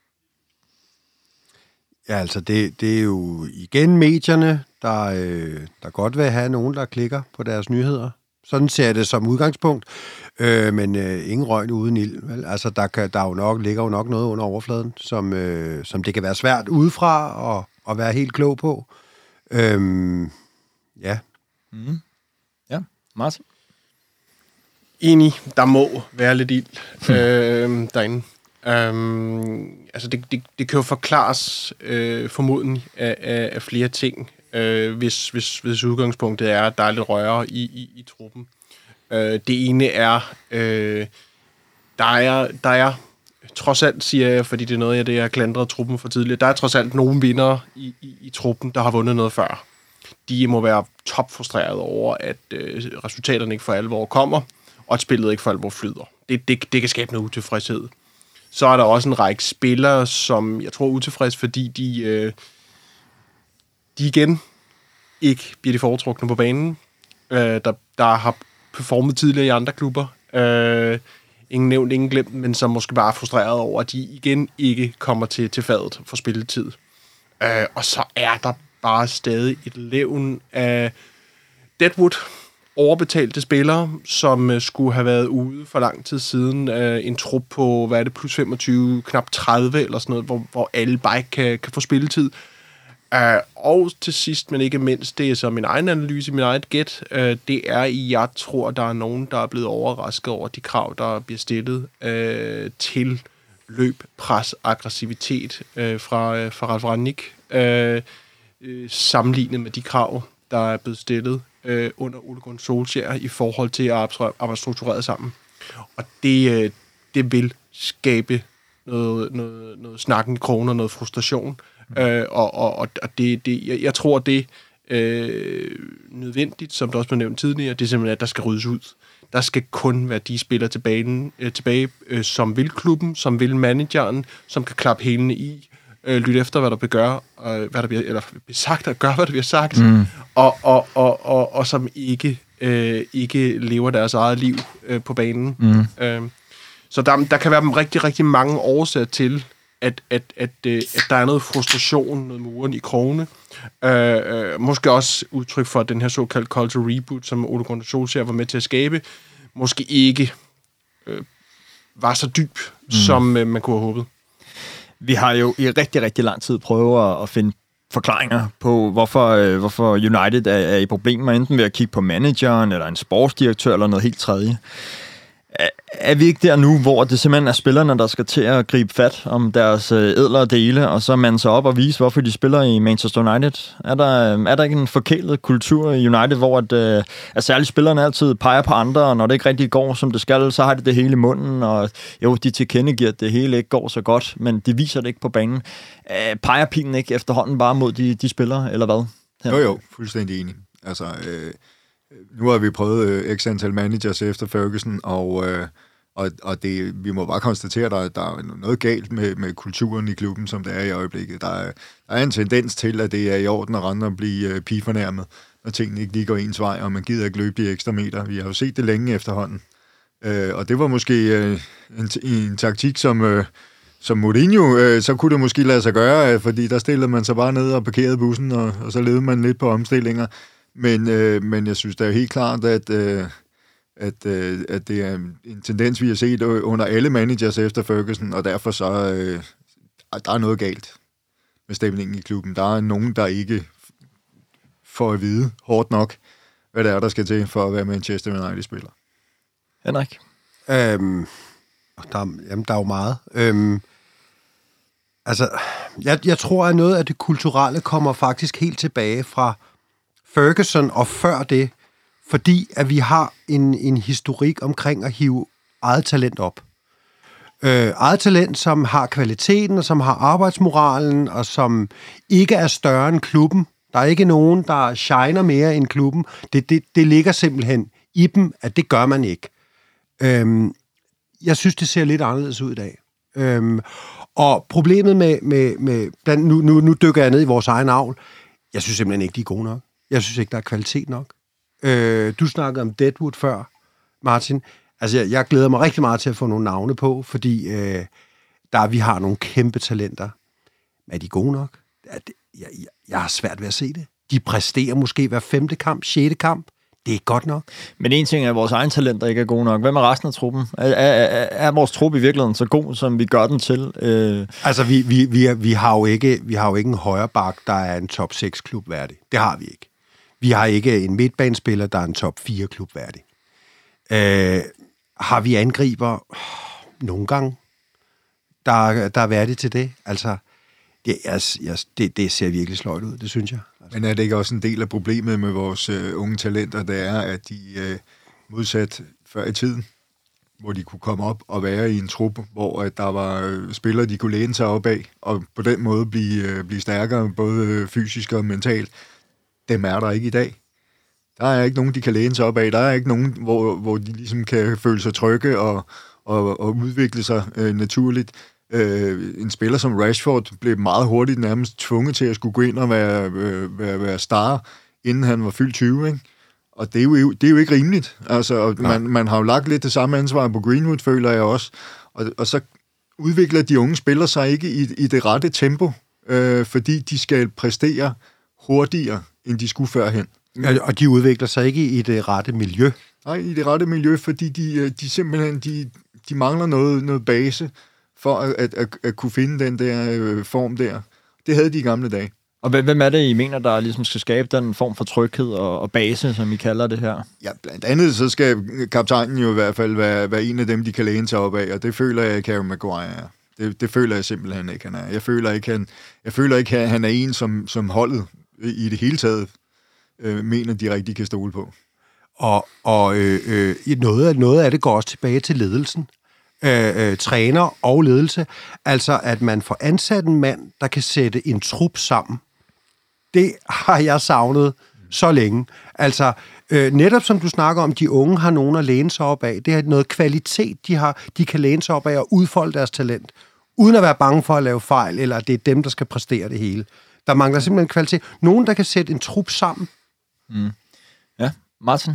Ja, altså det, det er jo igen medierne, der, øh, der godt vil have nogen, der klikker på deres nyheder. Sådan ser jeg det som udgangspunkt. Øh, men øh, ingen røg uden ild. Vel? Altså, der, kan, der jo nok, ligger jo nok noget under overfladen, som, øh, som det kan være svært udefra at, at være helt klog på. Øh, ja. Mm. Ja, Martin? Enig, der må være lidt ild øh, derinde. Um, altså, det, det, det kan jo forklares øh, formodentlig af, af, af flere ting, øh, hvis, hvis, hvis udgangspunktet er, at der er lidt røre i, i, i truppen. Øh, det ene er, øh, der er, der er, trods alt siger jeg, fordi det er noget, jeg, det jeg har klandret truppen for tidligere, der er trods alt nogle vindere i, i, i truppen, der har vundet noget før. De må være topfrustrerede over, at øh, resultaterne ikke for alvor kommer, og at spillet ikke for alvor flyder. Det, det, det kan skabe noget utilfredshed. Så er der også en række spillere, som jeg tror er utilfreds, fordi de, øh, de igen ikke bliver de foretrukne på banen, øh, der, der har performet tidligere i andre klubber. Øh, ingen nævnt, ingen glemt, men som måske bare er frustreret over, at de igen ikke kommer til, til fadet for spilletid. Øh, og så er der bare stadig et levn af Deadwood, overbetalte spillere, som uh, skulle have været ude for lang tid siden. Uh, en trup på, hvad er det, plus femogtyve, knap tredive eller sådan noget, hvor, hvor alle bare ikke kan, kan få spilletid. Uh, og til sidst, men ikke mindst, det er så min egen analyse, min eget gæt, uh, det er, at jeg tror, der er nogen, der er blevet overrasket over de krav, der bliver stillet uh, til løb, pres, aggressivitet uh, fra, uh, fra Ralf Rangnick, uh, uh, sammenlignet med de krav, der er blevet stillet uh, under Ole Gunnar Solskjaer i forhold til at arbejde struktureret sammen. Og det, uh, det vil skabe noget, noget, noget snakken i krogen og noget frustration. Mm. Øh, og og, og det, det, jeg, jeg tror, det er øh, nødvendigt, som det også blev nævnt tidligere, det er simpelthen, at der skal ryddes ud. Der skal kun være de spillere tilbage, øh, tilbage øh, som vil klubben, som vil manageren, som kan klappe hælene i, øh, lytte efter, hvad der bliver gør, øh, hvad der bliver, eller bliver sagt, og gøre, hvad der bliver sagt, mm. og, og, og, og, og som ikke, øh, ikke lever deres eget liv øh, på banen. Mm. Øh, så der, der kan være rigtig, rigtig mange årsager til, At, at, at, at der er noget frustration, noget muren i krogene. Øh, øh, måske også udtryk for den her såkaldte culture reboot, som Ole Gunnar Solskjaer var med til at skabe, måske ikke øh, var så dyb, mm. som øh, man kunne have håbet. Vi har jo i rigtig, rigtig lang tid prøvet at, at finde forklaringer på, hvorfor, øh, hvorfor United er, er i problemer, enten ved at kigge på manageren, eller en sportsdirektør, eller noget helt tredje. Er vi ikke der nu, hvor det simpelthen er spillerne, der skal til at gribe fat om deres ædlere dele, og så mande sig op og vise, hvorfor de spiller i Manchester United? Er der, er der ikke en forkælet kultur i United, hvor at, at særligt spillerne altid peger på andre, og når det ikke rigtig går, som det skal, så har de det hele i munden, og jo, de tilkendegiver, at det hele ikke går så godt, men de viser det ikke på banen. Peger pilen ikke efterhånden bare mod de, de spillere, eller hvad? Her. Jo, jo, fuldstændig enig. Altså... Øh Nu har vi prøvet øh, x antal managers efter Ferguson, og, øh, og, og det, vi må bare konstatere, at der, der er noget galt med, med kulturen i klubben, som det er i øjeblikket. Der er, der er en tendens til, at det er i orden at rende og blive øh, pigefornærmet, når tingene ikke lige går ens vej, og man gider ikke løbe de ekstra meter. Vi har jo set det længe efterhånden. Øh, og det var måske øh, en, en taktik, som... Øh, Som Mourinho, øh, så kunne det måske lade sig gøre, øh, fordi der stillede man sig bare ned og parkerede bussen, og, og så levede man lidt på omstillinger. Men, øh, men jeg synes, det er helt klart, at, øh, at, øh, at det er en tendens, vi har set under alle managers efter Ferguson, og derfor så øh, der er noget galt med stemningen i klubben. Der er nogen, der ikke får at vide hårdt nok, hvad det er, der skal til for at være Manchester United-spiller. Henrik? Øhm, der, jamen, der er jo meget. Øhm, altså, jeg, jeg tror, at noget af det kulturelle kommer faktisk helt tilbage fra Ferguson og før det, fordi at vi har en, en historik omkring at hive eget talent op. Øh, eget talent, som har kvaliteten, og som har arbejdsmoralen, og som ikke er større end klubben. Der er ikke nogen, der shiner mere end klubben. Det, det, det ligger simpelthen i dem, at det gør man ikke. Øhm, jeg synes, det ser lidt anderledes ud i dag. Øhm, og problemet med... med, med blandt, nu, nu, nu dykker jeg ned i vores egen avl. Jeg synes simpelthen ikke, de er gode nok. Jeg synes ikke, der er kvalitet nok. Øh, du snakkede om Deadwood før, Martin. Altså, jeg, jeg glæder mig rigtig meget til at få nogle navne på, fordi øh, der vi har nogle kæmpe talenter. Men er de gode nok? Jeg, jeg, jeg har svært ved at se det. De præsterer måske hver femte kamp, sjette kamp. Det er godt nok. Men en ting er, at vores egne talenter ikke er gode nok. Hvem er resten af truppen? Er, er, er vores trup i virkeligheden så god, som vi gør den til? Øh... Altså, vi, vi, vi, vi, har jo ikke, vi har jo ikke en højre bak, der er en top seks klub værdig. Det har vi ikke. Vi har ikke en midtbanespiller, der er en top fire klub værdig. Øh, har vi angriber? Nogle gange. Der, der er værdigt til det. Altså, det, altså, det, det ser virkelig sløjt ud, det synes jeg. Altså. Men er det ikke også en del af problemet med vores øh, unge talenter, det er, at de øh, modsat før i tiden, hvor de kunne komme op og være i en trup, hvor at der var øh, spillere, de kunne læne sig op af, og på den måde blive, øh, blive stærkere, både øh, fysisk og mentalt. Dem er der ikke i dag. Der er ikke nogen, de kan læne sig op af. Der er ikke nogen, hvor, hvor de ligesom kan føle sig trygge og, og, og udvikle sig øh, naturligt. Øh, en spiller som Rashford blev meget hurtigt nærmest tvunget til at skulle gå ind og være, øh, være, være star, inden han var fyldt tyve, ikke? Og det er jo, det er jo ikke rimeligt. Altså, man, man har jo lagt lidt det samme ansvar på Greenwood, føler jeg også. Og, og så udvikler de unge spillere sig ikke i, i det rette tempo, øh, fordi de skal præstere hurtigere, end de skulle førhen. Ja, og de udvikler sig ikke i det rette miljø. Nej, i det rette miljø, fordi de, de simpelthen de, de mangler noget, noget base for at, at, at, at kunne finde den der øh, form der. Det havde de i gamle dage. Og hvem er det, I mener, der ligesom skal skabe den form for tryghed og, og base, som I kalder det her? Ja, blandt andet så skal kaptajnen jo i hvert fald være, være en af dem, de kan læne sig op af, og det føler jeg ikke, Harry Maguire er. Det, det føler jeg simpelthen ikke, han er. Jeg føler ikke, han, jeg føler ikke, han er en, som, som holdet i det hele taget øh, mener, de rigtig kan stole på. Og, og øh, øh, noget, af, noget af det går også tilbage til ledelsen. Øh, øh, træner og ledelse. Altså, at man får ansat en mand, der kan sætte en trup sammen. Det har jeg savnet så længe. Altså, øh, netop som du snakker om, de unge har nogen at læne sig op af. Det er noget kvalitet, de har. De kan læne sig op af og udfolde deres talent, uden at være bange for at lave fejl, eller det er dem, der skal præstere det hele. Der mangler simpelthen kvalitet. Nogen, der kan sætte en trup sammen. Mm. Ja, Martin?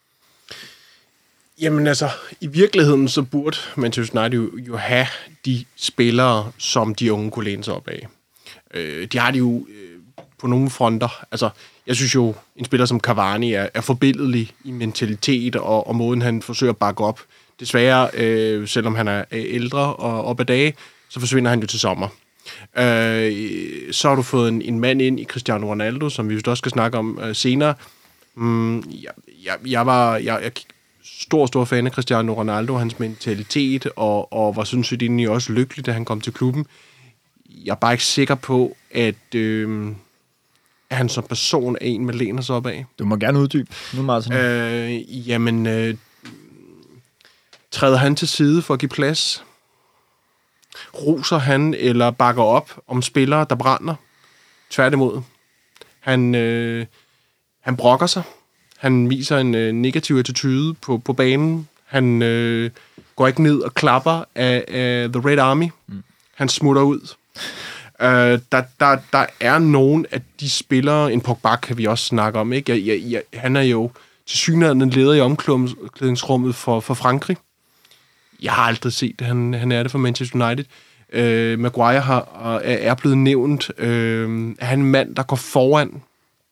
Jamen altså, i virkeligheden så burde Manchester United jo, jo have de spillere, som de unge kunne læne sig op af. Øh, de har de jo øh, på nogle fronter. Altså, jeg synes jo, en spiller som Cavani er, er forbilledlig i mentalitet og, og måden, han forsøger at bakke op. Desværre, øh, selvom han er ældre og op ad dage, så forsvinder han jo til sommer. Øh, så har du fået en, en mand ind i Cristiano Ronaldo, som vi også skal snakke om øh, senere. Mm, jeg, jeg, jeg var... Jeg, jeg stor, stor fan af Cristiano Ronaldo, hans mentalitet, og, og var sådan set egentlig også lykkelig, da han kom til klubben. Jeg er bare ikke sikker på, at, øh, at han som person er en, man læner sig op af. Du må gerne uddybe nu, Martin. Øh, jamen, øh, træder han til side for at give plads? Roser han eller bakker op om spillere, der brænder? Tværtimod. Han, øh, han brokker sig. Han viser en øh, negativ attitude på, på banen. Han øh, går ikke ned og klapper af, af The Red Army. Mm. Han smutter ud. Uh, der, der, der er nogen af de spillere, en Pogba kan vi også snakke om, ikke? Jeg, jeg, jeg, han er jo tilsyneladende leder i omklædningsrummet for, for Frankrig. Jeg har aldrig set det. Han, han er det for Manchester United. Uh, Maguire har, er blevet nævnt. Uh, er han en mand, der går foran?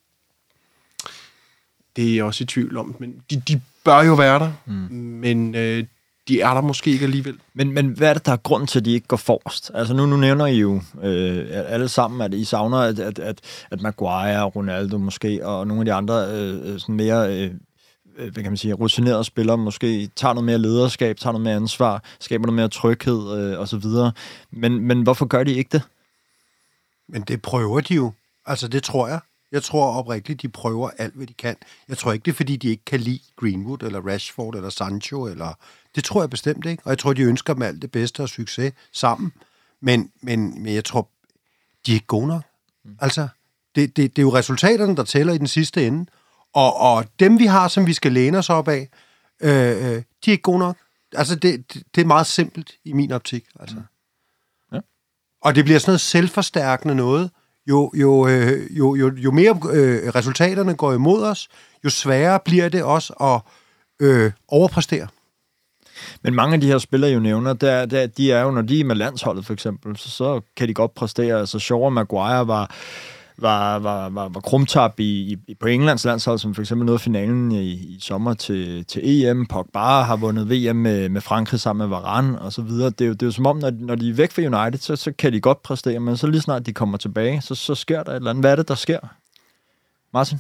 Det er jeg også i tvivl om. Men de, de bør jo være der. Mm. Men øh, de er der måske ikke alligevel. Men, men hvad er det, der er grund til, at de ikke går forrest? Altså nu, nu nævner I jo øh, alle sammen, at I savner, at, at, at, at Maguire, Ronaldo måske, og nogle af de andre øh, sådan mere øh, hvad kan man sige, rutinerede spillere måske tager noget mere lederskab, tager noget mere ansvar, skaber noget mere tryghed øh, osv. Men, men hvorfor gør de ikke det? Men det prøver de jo. Altså det tror jeg. Jeg tror oprigtigt, de prøver alt, hvad de kan. Jeg tror ikke, det er, fordi de ikke kan lide Greenwood, eller Rashford, eller Sancho, eller... Det tror jeg bestemt ikke, og jeg tror, de ønsker dem alt det bedste og succes sammen. Men, men, men jeg tror, de er ikke gode nok. Mm. Altså, det, det, det er jo resultaterne, der tæller i den sidste ende. Og, og dem, vi har, som vi skal læne os op af, øh, de er ikke gode nok. Altså, det, det, det er meget simpelt i min optik. Altså. Mm. Ja. Og det bliver sådan noget selvforstærkende noget. Jo, jo, øh, jo, jo, jo mere øh, resultaterne går imod os, jo sværere bliver det også at øh, overpræstere. Men mange af de her spillere, jo nævner, der, der, de er jo, når de er med landsholdet for eksempel, så, så kan de godt præstere. Altså Shaw og Maguire var, var, var, var, var krumtab i, i, på Englands landshold, som for eksempel nåede finalen i, i sommer til, til E M. Pogba har vundet V M med, med Frankrig sammen med Varane og så videre. Det er jo, det er jo som om, når, når de er væk fra United, så, så kan de godt præstere, men så lige snart de kommer tilbage, så, så sker der et eller andet. Hvad er det, der sker? Martin?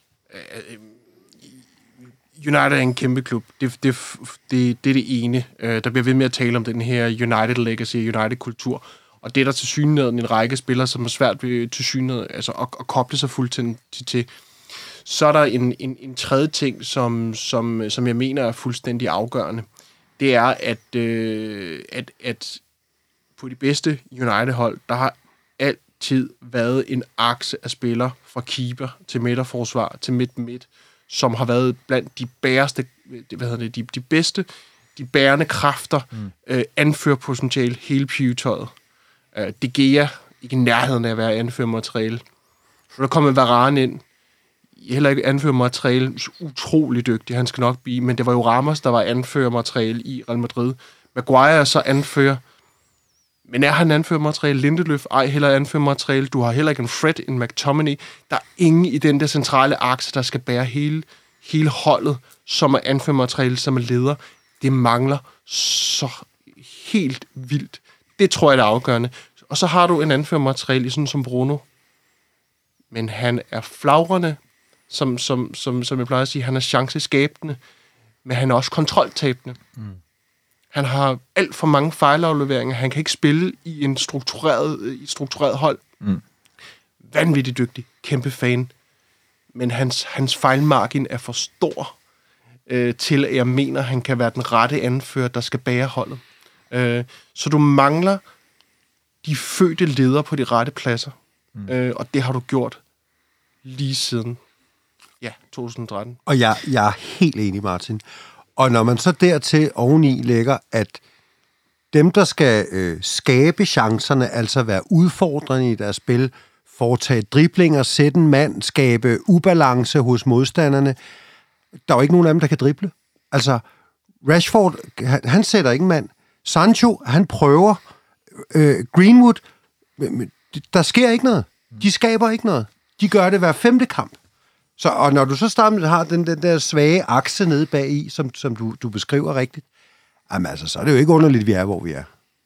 United er en kæmpe klub. Det, det, det, det er det ene. Der bliver ved med at tale om den her United legacy, United-kultur. Og det er der til synligheden en række spillere, som er svært ved til synligheden, altså at, at koble sig fuldstændig til, til. Så er der en, en, en tredje ting, som, som, som jeg mener er fuldstændig afgørende. Det er, at, øh, at, at på de bedste United-hold, der har altid været en akse af spillere fra keeper til midterforsvar til midt-midt, som har været blandt de bæreste, hvad hedder det, de, de bedste, de bærende kræfter, mm. øh, anførpotentiale hele pivetøjet. Uh, De Gea, ikke i nærheden af at være anførmateriale. Så der kommer Varane ind, heller ikke anførmateriale, utrolig dygtig, han skal nok blive, men det var jo Ramos, der var anførmateriale i Real Madrid. Maguire så anfører, Men er han anførermateriale? Lindeløf, ej heller anførermateriale. Du har heller ikke en Fred, en McTominay. Der er ingen i den der centrale akse, der skal bære hele, hele holdet, som er anførermateriale, som er leder. Det mangler så helt vildt. Det tror jeg, der er afgørende. Og så har du en anførermateriale i sådan som Bruno. Men han er flagrende, som, som, som, som jeg plejer at sige. Han er chanceskabende, men han er også kontroltabende. Mm. Han har alt for mange fejlafleveringer. Han kan ikke spille i en struktureret, i et struktureret hold. Mm. Vanvittigt dygtig. Kæmpe fan. Men hans, hans fejlmargin er for stor øh, til, at jeg mener, han kan være den rette anfører, der skal bære holdet. Øh, så du mangler de fødte ledere på de rette pladser. Mm. Øh, og det har du gjort lige siden ja, to tusind og tretten. Og jeg, jeg er helt enig, Martin. Og når man så dertil oveni lægger, at dem, der skal øh, skabe chancerne, altså være udfordrende i deres spil, foretage driblinger, sætte en mand, skabe ubalance hos modstanderne, der er jo ikke nogen af dem, der kan drible. Altså, Rashford, han, han sætter ikke en mand. Sancho, han prøver. Øh, Greenwood, der sker ikke noget. De skaber ikke noget. De gør det hver femte kamp. Så, og når du så starter har den, den der svage akse nede bag i, som, som du, du beskriver rigtigt, jamen altså, så er det jo ikke underligt, vi er, hvor vi er.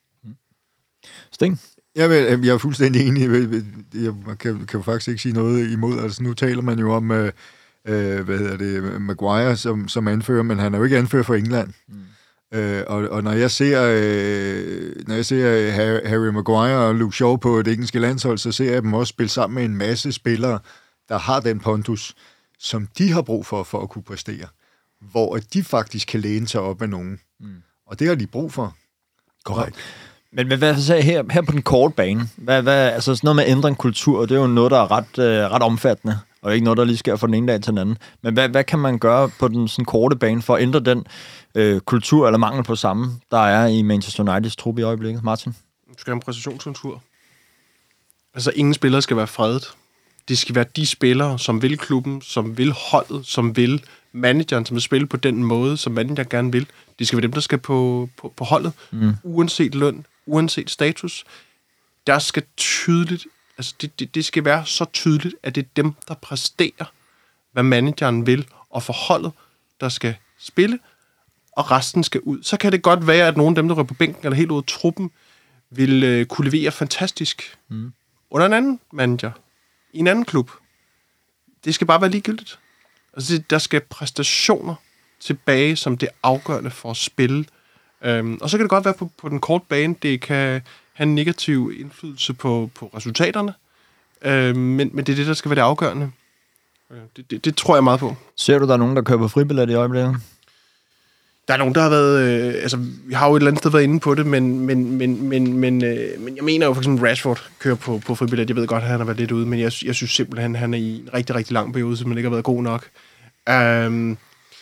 Sting? Jeg, vil, jeg er fuldstændig enig. Jeg kan, kan faktisk ikke sige noget imod. Altså, nu taler man jo om, øh, hvad hedder det, Maguire som, som anfører, men han er jo ikke anfører for England. Mm. Øh, og, og når jeg ser, øh, når jeg ser Harry Maguire og Luke Shaw på det engelske landshold, så ser jeg dem også spille sammen med en masse spillere, der har den pondus, som de har brug for, for at kunne præstere. Hvor de faktisk kan læne sig op af nogen. Mm. Og det har de brug for. Korrekt. Men, men hvad så her, her på den korte bane? Hvad, hvad, altså sådan noget med at ændre en kultur, det er jo noget, der er ret, øh, ret omfattende, og ikke noget, der lige sker fra den ene dag til den anden. Men hvad, hvad kan man gøre på den sådan korte bane for at ændre den øh, kultur, eller mangel på samme, der er i Manchester Uniteds trup i øjeblikket? Martin? Du skal have en præstationskultur. Altså, ingen spillere skal være fredet. Det skal være de spillere, som vil klubben, som vil holdet, som vil manageren, som vil spille på den måde, som manageren gerne vil. Det skal være dem, der skal på, på, på holdet, mm. uanset løn, uanset status. Der skal tydeligt, altså det, det, det skal være så tydeligt, at det er dem, der præsterer, hvad manageren vil, og for holdet, der skal spille, og resten skal ud. Så kan det godt være, at nogle af dem, der rører på bænken, eller helt ud af truppen, vil øh, kunne levere fantastisk mm. under en anden manager, i en anden klub. Det skal bare være ligegyldigt. Altså, der skal præstationer tilbage, som det er afgørende for at spille. Øhm, og så kan det godt være på, på den korte bane, det kan have en negativ indflydelse på, på resultaterne. Øhm, men, men det er det, der skal være det afgørende. Det, det, det tror jeg meget på. Ser du, der er nogen, der køber fribillet i øjeblikket? Der er nogen, der har været... Øh, altså, vi har jo et eller andet sted været inde på det, men, men, men, men, men, øh, men jeg mener jo for eksempel, Rashford kører på, på fribillet. Jeg ved godt, at han har været lidt ude, men jeg, jeg synes simpelthen, at han er i en rigtig, rigtig lang periode, som ikke har været god nok. Um,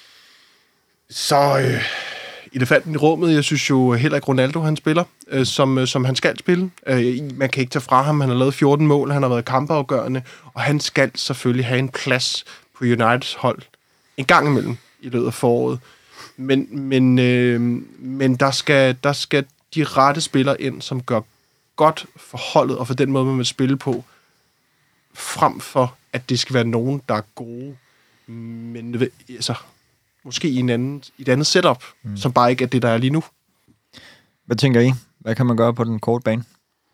så... Øh, elefanten i rummet, jeg synes jo heller ikke Ronaldo, han spiller, øh, som, som han skal spille. Øh, man kan ikke tage fra ham, han har lavet fjorten mål, han har været kampafgørende, og han skal selvfølgelig have en plads på Uniteds hold en gang imellem i løbet af foråret. Men, men, øh, men der, skal, der skal de rette spillere ind, som gør godt for holdet, og for den måde, man vil spille på, frem for, at det skal være nogen, der er gode, men altså, måske i, en anden, i et andet setup, mm. som bare ikke er det, der er lige nu. Hvad tænker I? Hvad kan man gøre på den korte bane?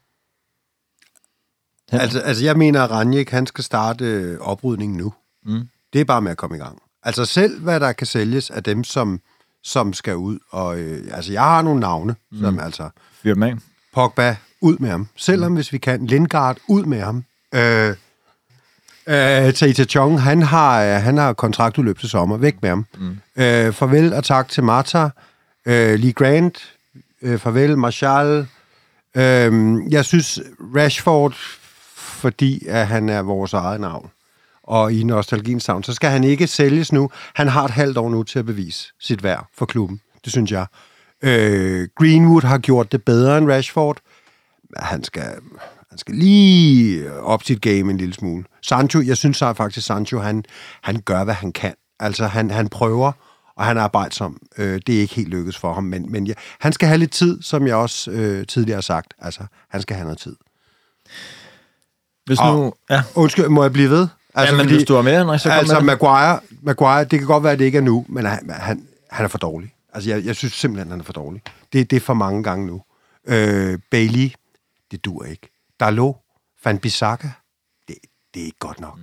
Ja. Altså, altså, jeg mener, at Ranjik, han skal starte oprydningen nu. Mm. Det er bare med at komme i gang. Altså selv, hvad der kan sælges af dem, som, som skal ud. Og øh, altså, jeg har nogle navne, mm. som altså... Fyr dem af. Pogba, ud med ham. Selvom, mm. hvis vi kan. Lingard, ud med ham. Øh, øh, Tata Chong, han har, han har kontraktudløb til sommer. Væk med ham. Mm. Øh, farvel og tak til Mata. Øh, Lee Grant. Øh, farvel, Martial. Øh, jeg synes, Rashford, fordi at han er vores eget navn, og i nostalgiens savn, så skal han ikke sælges nu. Han har et halvt år nu til at bevise sit værd for klubben. Det synes jeg. Øh, Greenwood har gjort det bedre end Rashford. Han skal, han skal lige op sit game en lille smule. Sancho, jeg synes så faktisk, Sancho, han, han gør, hvad han kan. Altså, han, han prøver, og han er arbejdsom. Øh, det er ikke helt lykkedes for ham, men, men ja, han skal have lidt tid, som jeg også øh, tidligere har sagt. Altså, han skal have noget tid. Hvis og, nu... Ja. Undskyld, må jeg blive ved? Altså, ja, men fordi, hvis du er med, Henrik, så kom altså, med. Maguire, Maguire, det kan godt være, at det ikke er nu, men han, han, han er for dårlig. Altså, jeg, jeg synes simpelthen, han er for dårlig. Det, det er for mange gange nu. Øh, Bailey, det dur ikke. Dalot, Van Bissaka, det, det er ikke godt nok.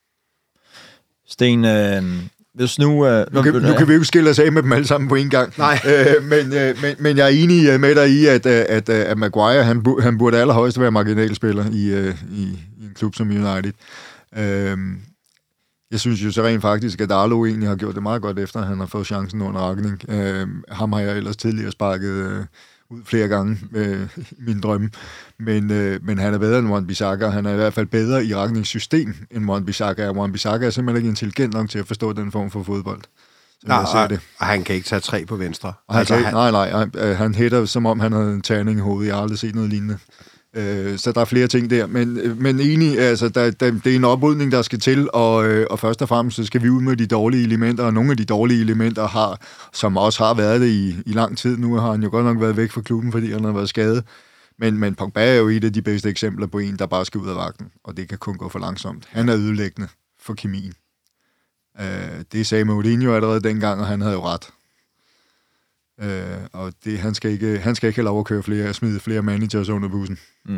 Sten, øh, hvis nu... Øh, nu, kan, nu kan vi jo ikke skille os af med dem alle sammen på en gang. Nej. øh, men, øh, men, men jeg er enig med dig i, at, at, at Maguire, han, bu, han burde allerhøjst være marginalspiller i, øh, i, i en klub som United. Øh, jeg synes jo så rent faktisk, at Darlow egentlig har gjort det meget godt, efter at han har fået chancen under Ragnik. Øh, ham har jeg ellers tidligere sparket... Øh, ud flere gange øh, i min drømme. Men, øh, men han er bedre end Wan-Bissaka. Han er i hvert fald bedre i Ragniks system end Wan-Bissaka. Wan-Bissaka er simpelthen ikke intelligent nok til at forstå den form for fodbold. Nej, jeg ser det. Og han kan ikke tage tre på venstre. Han altså, kan, han... Nej, nej. Han, han hætter, som om han havde en terning i hovedet. Jeg har aldrig set noget lignende. Øh, så der er flere ting der. Men, men enig, altså, der, der, det er en oprydning, der skal til, og, øh, og først og fremmest så skal vi ud med de dårlige elementer, og nogle af de dårlige elementer, har, som også har været det i, i lang tid. Nu har han jo godt nok været væk fra klubben, fordi han har været skadet. Men, men Pogba er jo et af de bedste eksempler på en, der bare skal ud af vagten, og det kan kun gå for langsomt. Han er ødelæggende for kemien. Øh, det sagde Mourinho allerede dengang, og han havde jo ret. Øh, og det, han, skal ikke, han skal ikke have lov at køre flere, smide flere managers under bussen. Mm.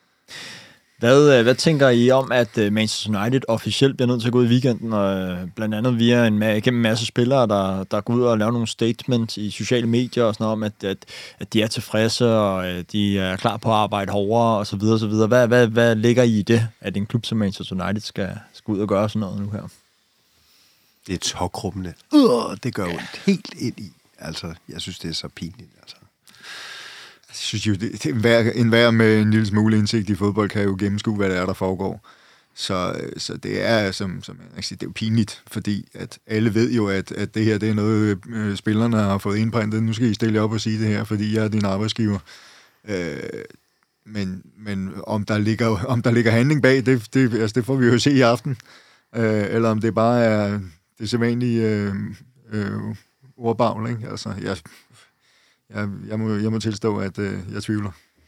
Hvad, hvad tænker I om, at Manchester United officielt bliver nødt til at gå ud i weekenden, og blandt andet via en, gennem en masse spillere, der, der går ud og laver nogle statements i sociale medier og sådan noget, om, at, at, at de er tilfredse, og de er klar på at arbejde hårdere, og så videre, og så videre. Hvad, hvad, hvad ligger I i det, at en klub som Manchester United skal, skal ud og gøre sådan noget nu her? Det er tåkrummende. Uh, det gør ondt helt ind i. Altså, jeg synes, det er så pinligt, altså. Jeg synes jo, det, det, enhver, enhver med en lille smule indsigt i fodbold kan jo gennemskue, hvad det er, der foregår. Så, så det er, som, som jeg siger, det er jo pinligt, fordi at alle ved jo, at, at det her, det er noget, øh, spillerne har fået indprintet. Nu skal I stille op og sige det her, fordi jeg er din arbejdsgiver. Øh, men men om, der ligger, om der ligger handling bag, det, det, altså, det får vi jo se i aften. Øh, eller om det bare er det sædvanlige øh, øh, ordbagl, ikke? Altså, jeg... Jeg, jeg, må, jeg må tilstå, at øh, jeg tvivler.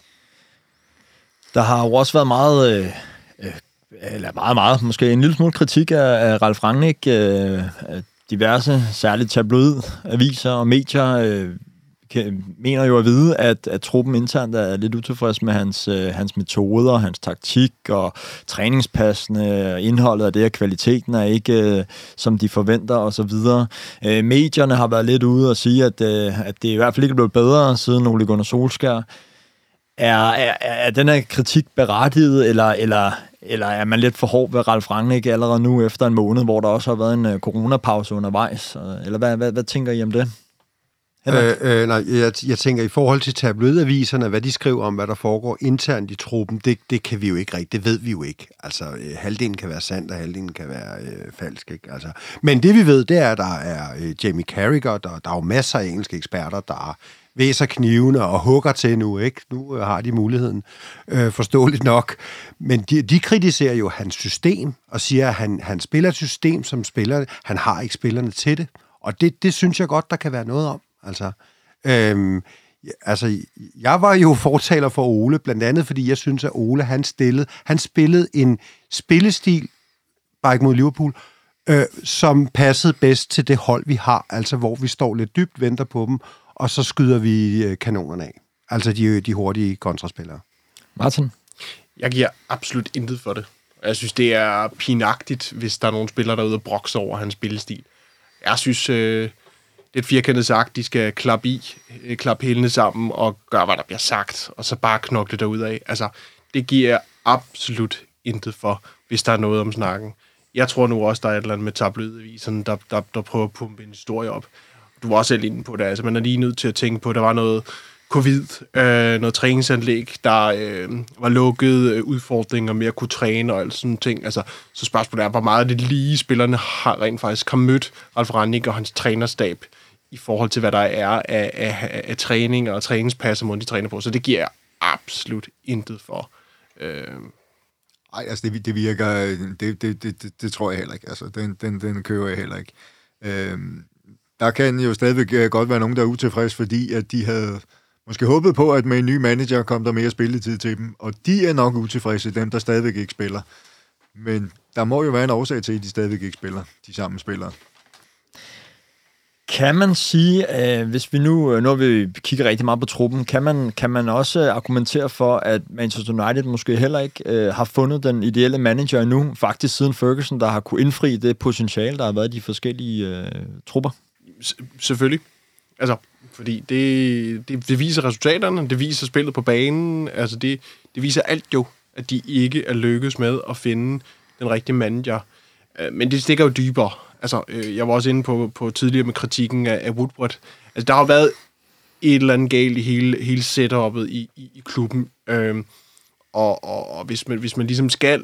Der har jo også været meget, øh, øh, eller meget, meget, måske en lille smule kritik af, af Ralf Rangnick. Øh, diverse, særligt tabloidaviser og medier, øh, kan, mener jo at vide, at, at truppen internt er lidt utilfreds med hans, øh, hans metoder, hans taktik og træningspassene, indholdet af det, og kvaliteten er ikke, øh, som de forventer, og så videre. Øh, medierne har været lidt ude og sige, at, øh, at det i hvert fald ikke er blevet bedre siden Ole Gunnar Solskjær. Er, er, er den her kritik berettiget, eller, eller, eller er man lidt for hård ved Ralf Rangnick allerede nu efter en måned, hvor der også har været en uh, coronapause undervejs? Eller hvad, hvad, hvad tænker I om det? Øh, øh, nej, jeg, jeg tænker, i forhold til tabloidaviserne, hvad de skriver om, hvad der foregår internt i truppen, det, det kan vi jo ikke rigtigt, det ved vi jo ikke. Altså, øh, halvdelen kan være sandt, og halvdelen kan være øh, falsk, ikke? Altså, men det vi ved, det er, at der er øh, Jamie Carragher, der, der er jo masser af engelske eksperter, der væser knivene og hugger til nu, ikke? Nu øh, har de muligheden, øh, forståeligt nok. Men de, de kritiserer jo hans system, og siger, at han, han spiller et system, som spiller, han har ikke spillerne til det. Og det, det synes jeg godt, der kan være noget om. Altså, øhm, altså, jeg var jo fortaler for Ole, blandt andet, fordi jeg synes, at Ole, han stillede, han spillede en spillestil, bare ikke mod Liverpool, øh, som passede bedst til det hold, vi har, altså hvor vi står lidt dybt, venter på dem, og så skyder vi øh, kanonerne af. Altså de, de hurtige kontraspillere. Martin? Jeg giver absolut intet for det. Jeg synes, det er pinagtigt, hvis der er nogle spillere, der er ude og brokse over hans spillestil. Jeg synes... Øh lidt firkantet sagt, de skal klappe i, klappe hælene sammen og gøre, hvad der bliver sagt, og så bare knokle derudad. Altså, det giver jeg absolut intet for, hvis der er noget om snakken. Jeg tror nu også, der er et eller andet med tabloidaviserne, der, der, der prøver at pumpe en historie op. Du var også selv inde på det. Altså, man er lige nødt til at tænke på, at der var noget covid, øh, noget træningsanlæg, der øh, var lukket, øh, udfordringer med at kunne træne og alt sådan ting. Altså, så spørgsmålet er, hvor meget af det lige spillerne har rent faktisk har mødt Ralf Rangnick og hans trænerstab i forhold til, hvad der er af, af, af træning og træningspasser, måden de træner på. Så det giver jeg absolut intet for. Øh. Ej, altså det, det virker, det, det, det, det, det tror jeg heller ikke. Altså, den, den, den køber jeg heller ikke. Øh, der kan jo stadigvæk godt være nogen, der er utilfreds, fordi at de havde måske håbet på, at med en ny manager kom der mere spilletid til dem, og de er nok utilfredse, dem der stadigvæk ikke spiller. Men der må jo være en årsag til, at de stadigvæk ikke spiller, de samme spillere. Kan man sige, øh, hvis vi nu, når vi kigger rigtig meget på truppen, kan man, kan man også argumentere for, at Manchester United måske heller ikke øh, har fundet den ideelle manager endnu, faktisk siden Ferguson, der har kunne indfri det potentiale, der har været i de forskellige øh, trupper? S- selvfølgelig. Altså, fordi det, det, det viser resultaterne, det viser spillet på banen, altså det, det viser alt jo, at de ikke er lykkes med at finde den rigtige manager. Men det stikker jo dybere. Altså, jeg var også inde på, på tidligere med kritikken af, af Woodward. Altså, der har jo været et eller andet galt i hele, hele setup'et i, i, i klubben. Øhm, og og, og hvis, man, hvis man ligesom skal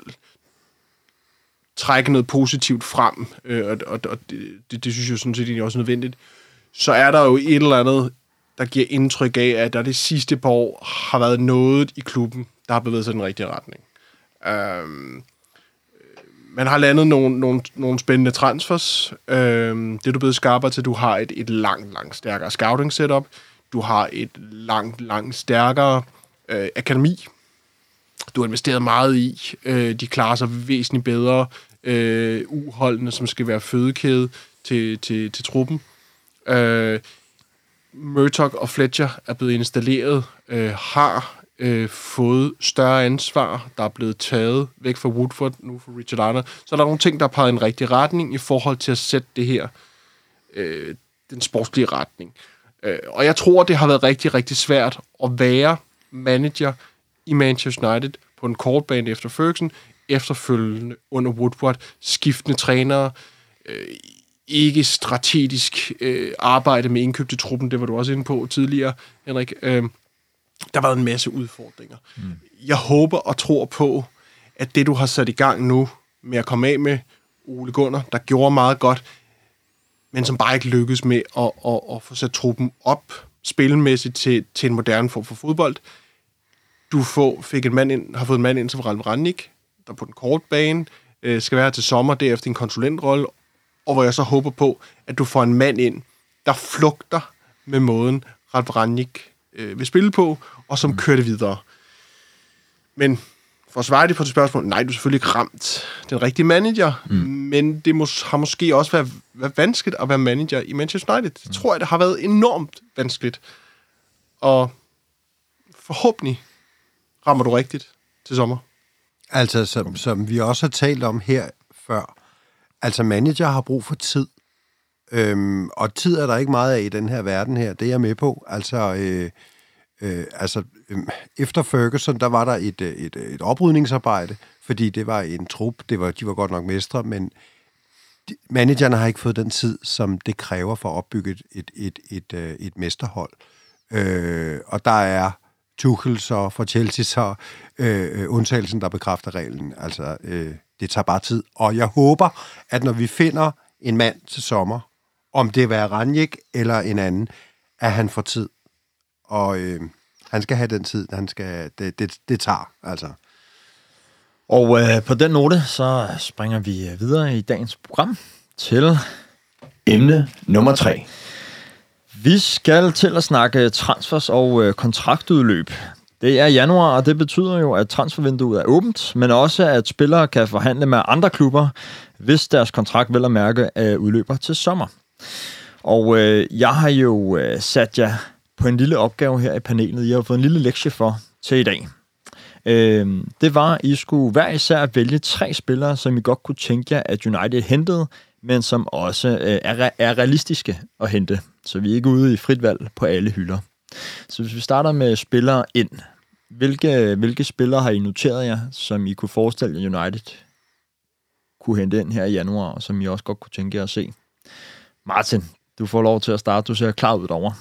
trække noget positivt frem, øh, og, og, og det, det, det synes jeg sådan set egentlig også er nødvendigt, så er der jo et eller andet, der giver indtryk af, at der det sidste par år har været noget i klubben, der har bevæget sig i den rigtige retning. Øhm, man har landet nogle, nogle, nogle spændende transfers. Øhm, det er du blevet skarpere til. Du har et, et langt, langt stærkere scouting setup. Du har et langt, langt stærkere øh, akademi. Du har investeret meget i. Øh, de klarer sig væsentligt bedre. Øh, U-holdene, som skal være fødekæde til, til, til truppen. Øh, Murtough og Fletcher er blevet installeret, øh, har øh, fået større ansvar, der er blevet taget væk fra Woodford, nu fra Richard Arnold. Så der er nogle ting, der har peget i en rigtig retning i forhold til at sætte det her, øh, den sportslige retning. Øh, og jeg tror, det har været rigtig, rigtig svært at være manager i Manchester United på en kort bane efter Ferguson, efterfølgende under Woodward, skiftende trænere, øh, ikke strategisk øh, arbejde med indkøb til truppen, det var du også inde på tidligere, Henrik. Øh, der har været en masse udfordringer. Mm. Jeg håber og tror på, at det, du har sat i gang nu, med at komme af med Ole Gunnar, der gjorde meget godt, men som bare ikke lykkedes med at, at, at få sat truppen op, spillemæssigt til, til en moderne form for fodbold. Du få, fik en mand ind, har fået en mand ind som Ralf Rangnick, der på den korte bane øh, skal være til sommer, derefter en konsulentrolle, og hvor jeg så håber på, at du får en mand ind, der flugter med måden, Ralf Rangnick øh, vil spille på, og som mm. kører det videre. Men for at svare det på det spørgsmål, nej, du er selvfølgelig ikke ramt den rigtige manager, mm. men det mås- har måske også været, været vanskeligt at være manager i Manchester United. Det mm. tror jeg, det har været enormt vanskeligt. Og forhåbentlig rammer du rigtigt til sommer. Altså, som, som vi også har talt om her før, altså manager har brug for tid. Øhm, og tid er der ikke meget af i den her verden her, det er jeg med på. Altså, øh, øh, altså øh, efter Ferguson, der var der et, et, et oprydningsarbejde, fordi det var en trup, det var, de var godt nok mestre, men de, managerne har ikke fået den tid, som det kræver for at opbygge et, et, et, et, et, et mesterhold. Øh, og der er Tuchel så for Chelsea så øh, undtagelsen, der bekræfter reglen. Altså, øh, det tager bare tid. Og jeg håber, at når vi finder en mand til sommer, om det er Rangnick eller en anden, at han får tid. Og øh, han skal have den tid, han skal, det, det, det tager, altså. Og øh, på den note, så springer vi videre i dagens program til emne nummer tre. Vi skal til at snakke transfers og øh, kontraktudløb. Det er januar, og det betyder jo, at transfervinduet er åbent, men også, at spillere kan forhandle med andre klubber, hvis deres kontrakt vel at mærke er udløber til sommer. Og øh, jeg har jo øh, sat jer på en lille opgave her i panelet. Jeg har fået en lille lektie for til i dag. Øh, det var, at I skulle hver især vælge tre spillere, som I godt kunne tænke jer, at United hentede, men som også øh, er, er realistiske at hente. Så vi er ikke ude i frit valg på alle hylder. Så hvis vi starter med spillere ind. Hvilke, hvilke spillere har I noteret jer, som I kunne forestille jer United kunne hente ind her i januar, og som I også godt kunne tænke jer at se? Martin, du får lov til at starte. Du ser klar ud derovre.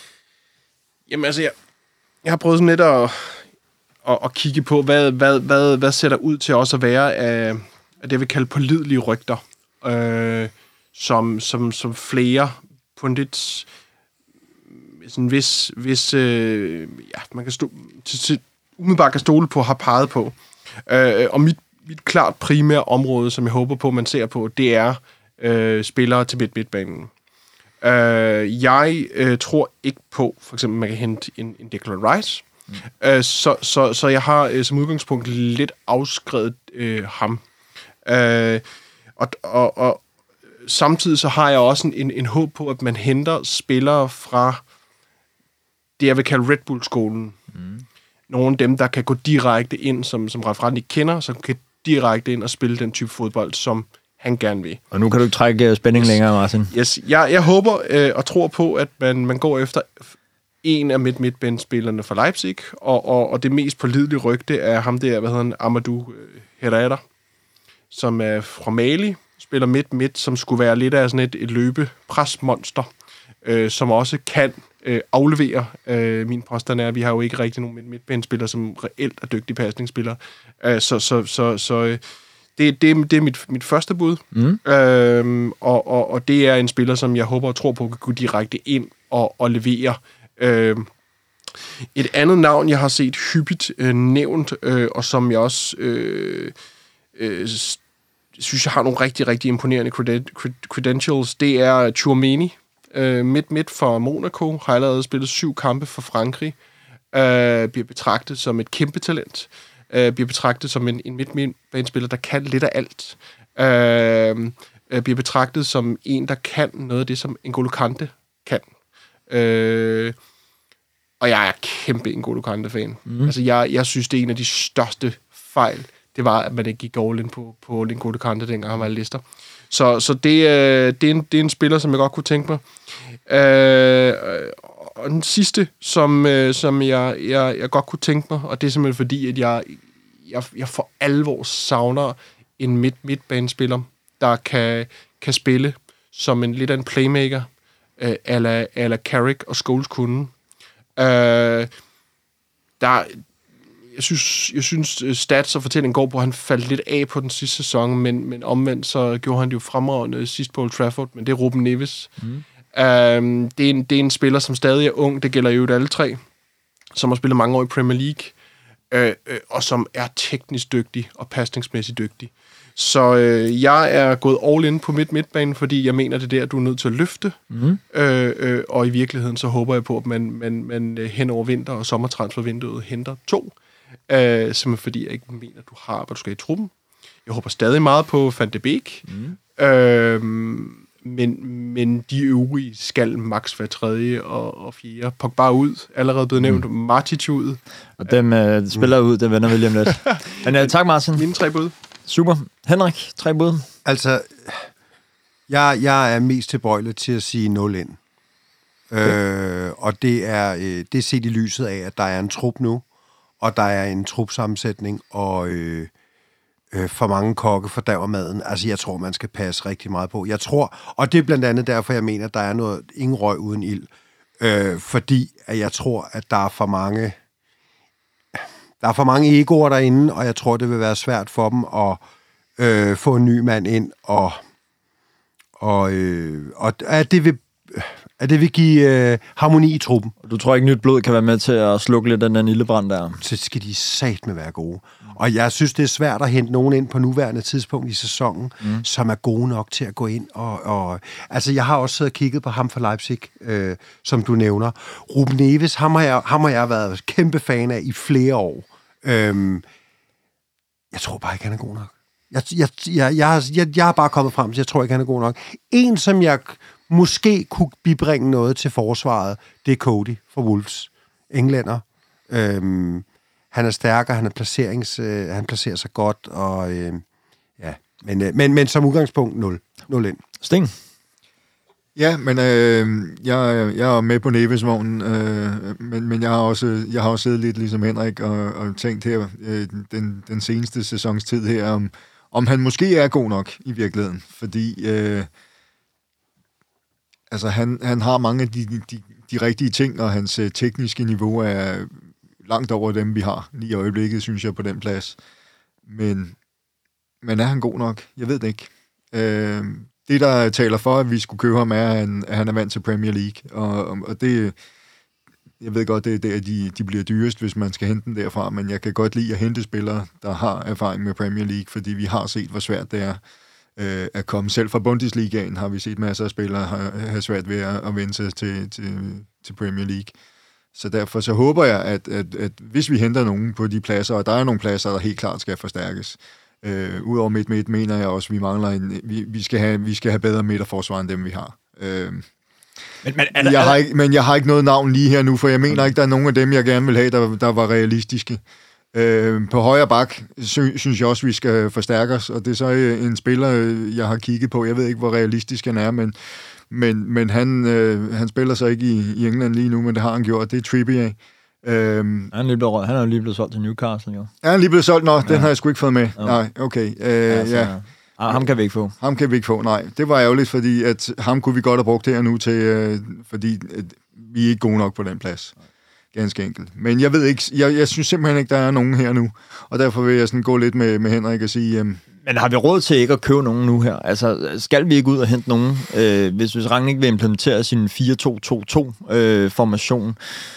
Jamen altså, jeg, jeg har prøvet sådan lidt at, at, at kigge på, hvad, hvad, hvad, hvad ser der ud til også at være af, af det, jeg vil kalde pålidelige rygter, øh, som, som, som flere på en lidt sådan hvis, hvis øh, ja, man kan stå, til, til, umiddelbart kan stole på, har peget på. Øh, og mit, mit klart primære område, som jeg håber på, man ser på, det er øh, spillere til midt midtbanen. Uh, jeg uh, tror ikke på, for eksempel, man kan hente en, en Declan Rice. Mm. Uh, så, så, så jeg har uh, som udgangspunkt lidt afskrevet uh, ham. Uh, og, og, og samtidig så har jeg også en, en, en håb på, at man henter spillere fra det, jeg vil kalde Red Bull-skolen. Mm. Nogle af dem, der kan gå direkte ind, som, som Ralf Rangnick kender, så kan direkte ind og spille den type fodbold, som han gerne vil. Og nu kan du ikke trække spænding yes. længere, Martin. Yes. Jeg, jeg håber øh, og tror på, at man, man går efter en af midt-midtbanespillerne fra Leipzig, og, og, og det mest pålidelige rygte er ham der, hvad hedder han, Amadou Herrera, som er fra Mali, spiller midt-midt, som skulle være lidt af sådan et, et løbepresmonster, øh, som også kan øh, aflevere. Øh, min påstand er, at vi har jo ikke rigtig nogen midtbanespillere, som reelt er dygtige pasningsspillere. Øh, så så, så, så øh, det, det, det er mit, mit første bud. Mm. Øh, og, og, og det er en spiller, som jeg håber og tror på, kan gå direkte ind og, og levere. Øh, et andet navn, jeg har set hyppigt øh, nævnt, øh, og som jeg også øh, øh, synes, jeg har nogle rigtig, rigtig imponerende credentials, det er Tchouaméni, øh, midt-midt for Monaco, har allerede spillet syv kampe for Frankrig, øh, bliver betragtet som et kæmpe talent, øh, bliver betragtet som en, en midt-midtbanespiller, der kan lidt af alt, øh, øh, bliver betragtet som en, der kan noget af det, som N'Golo Kanté kan. Øh, og jeg er kæmpe N'Golo Kanté-fan. Mm. Altså, jeg, jeg synes, det er en af de største fejl, det var, at man ikke gik all in på, på N'Golo Kanté, dengang han var i Leicester. Så, så det, øh, det, er en, det er en spiller, som jeg godt kunne tænke mig. Øh, og den sidste, som, øh, som jeg, jeg, jeg godt kunne tænke mig, og det er simpelthen fordi, at jeg, jeg, jeg for alvor savner en midt, midtbanespiller, der kan, kan spille som en lidt af en playmaker, øh, a la, a la Carrick og Scholes kunne. Øh, der Jeg synes, jeg synes stats og fortællingen går på, at han faldt lidt af på den sidste sæson, men, men omvendt så gjorde han det jo fremragende sidst på Old Trafford, men det er Ruben Neves. Mm. Um, det, er en, det er en spiller, som stadig er ung, det gælder jo et alle tre, som har spillet mange år i Premier League, øh, øh, og som er teknisk dygtig og pasningsmæssigt dygtig. Så øh, jeg er gået all in på midt midtbanen, fordi jeg mener, det er der, du er nødt til at løfte. Mm. Øh, øh, og i virkeligheden, så håber jeg på, at man, man, man hen over vinter og sommertransfervinduet henter to. Øh, simpelthen fordi jeg ikke mener, at du har, hvad du skal i truppen. Jeg håber stadig meget på Van de Beek. Mm. Øh, men, men de øvrige skal max være tredje og, og fjerde. Pogba ud, allerede blevet nævnt. Mm. Matic ud. Og dem øh, spiller mm. ud, det vender vi lige om lidt. Men øh, tak, Martin. Mine tre bud. Super. Henrik, tre bud. Altså, jeg, jeg er mest tilbøjelig til at sige nul ind. Okay. Øh, og det er, øh, det er set i lyset af, at der er en trup nu, og der er en trupsammensætning, og øh, øh, for mange kokke fordærver maden. Altså, jeg tror, man skal passe rigtig meget på. Jeg tror, og det er blandt andet derfor, jeg mener, at der er noget, ingen røg uden ild. Øh, fordi at jeg tror, at der er for mange... Der er for mange egoer derinde, og jeg tror, det vil være svært for dem at øh, få en ny mand ind, og, og, øh, og at, det vil, at det vil give øh, harmoni i truppen. Du tror ikke, nyt blod kan være med til at slukke lidt den der ildebrand der? Så skal de satme være gode. Og jeg synes, det er svært at hente nogen ind på nuværende tidspunkt i sæsonen, mm. som er gode nok til at gå ind. Og, og, altså, jeg har også siddet og kigget på ham fra Leipzig, øh, som du nævner. Ruben Neves, ham har, jeg, ham har jeg været kæmpe fan af i flere år. Øhm, jeg tror bare ikke, han er god nok. Jeg, jeg, jeg, jeg, jeg, jeg har bare kommet frem til, jeg tror ikke, han er god nok. En, som jeg måske kunne bibringe noget til forsvaret, det er Cody fra Wolves. Englænder. Øhm, han er stærkere, han er placerings, øh, han placerer sig godt, og øh, ja, men, øh, men, men som udgangspunkt nul. nul ind. Sten? Ja, men øh, jeg, jeg er med på Neves-vognen, øh, men, men jeg har også jeg har også siddet lidt ligesom Henrik og, og tænkt her øh, den, den seneste sæsons tid her, om, om han måske er god nok i virkeligheden, fordi øh, altså han, han har mange af de, de, de rigtige ting, og hans øh, tekniske niveau er langt over dem, vi har lige i øjeblikket, synes jeg, på den plads. Men, men er han god nok? Jeg ved det ikke. Øh, Det, der taler for, at vi skulle købe ham, er, at han, at han er vant til Premier League. Og, og det, jeg ved godt, det er der, de, de bliver dyrest, hvis man skal hente den derfra, men jeg kan godt lide at hente spillere, der har erfaring med Premier League, fordi vi har set, hvor svært det er øh, at komme. Selv fra Bundesligaen har vi set masser af spillere have, have svært ved at, at vende sig til, til, til Premier League. Så derfor så håber jeg, at, at, at hvis vi henter nogen på de pladser, og der er nogle pladser, der helt klart skal forstærkes. Øh, Udover midt midt mener jeg også, at vi mangler en, vi, vi, skal have, vi skal have bedre midterforsvar end dem, vi har. Øh, men, men, er der, jeg er der... har ikke, men jeg har ikke noget navn lige her nu, for jeg mener ikke, der er nogen af dem, jeg gerne vil have, der, der var realistiske. Øh, på højre bak sy- synes jeg også, vi skal forstærke os, og det er så en spiller, jeg har kigget på. Jeg ved ikke, hvor realistisk han er, men, men, men han, øh, han spiller så ikke i, i England lige nu, men det har han gjort. Det er Trippier. Øhm, han, er lige blevet, han er jo lige blevet solgt til Newcastle, jo. Er han lige blevet solgt? Nå, ja. Den har jeg sgu ikke fået med. Ja. Nej, okay. Øh, altså, ja. Ah, ham kan vi ikke få. Ham kan vi ikke få, nej. Det var ærgerligt, fordi at ham kunne vi godt have brugt her nu til, øh, fordi at vi er ikke gode nok på den plads. Ganske enkelt. Men jeg ved ikke, jeg, jeg synes simpelthen ikke, der er nogen her nu, og derfor vil jeg sådan gå lidt med, med Henrik og sige... Øhm, Men har vi råd til ikke at købe nogen nu her? Altså, skal vi ikke ud og hente nogen, øh, hvis, hvis Rangnick ikke vil implementere sin fire to to to-formation, øh,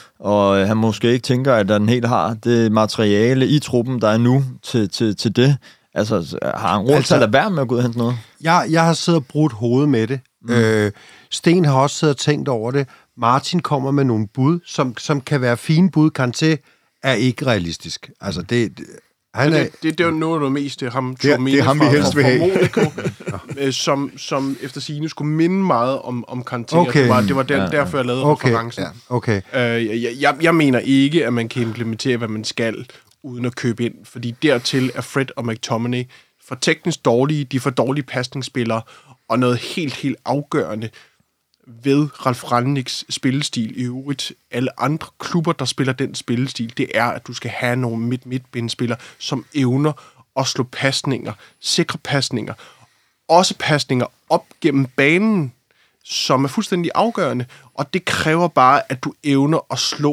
og han måske ikke tænker, at han helt har det materiale i truppen, der er nu til, til, til det? Altså, har han råd altså, til at lade være med at gå ud og hente noget? Jeg, jeg har siddet og brudt hovedet med det. Mm. Øh, Sten har også siddet og tænkt over det. Martin kommer med nogle bud, som, som kan være fine bud. Kanté er ikke realistisk. Altså, det... det han er, det, det, det er jo noget af det mest, det ham, det, det er ham, vi helst vil have. Monaco, som, som efter sigende skulle minde meget om, om Kanté. Okay. Det var, det var den, ja, derfor, jeg lavede okay. referencen. Ja. Okay. Øh, jeg, jeg, jeg mener ikke, at man kan implementere, hvad man skal, uden at købe ind. Fordi dertil er Fred og McTominay for teknisk dårlige, de er for dårlige pasningsspillere, og noget helt, helt afgørende ved Ralf Rangnicks spillestil i øvrigt. Alle andre klubber, der spiller den spillestil, det er, at du skal have nogle midt-midtbindespillere, som evner at slå pasninger, sikre pasninger, også pasninger op gennem banen, som er fuldstændig afgørende, og det kræver bare, at du evner at slå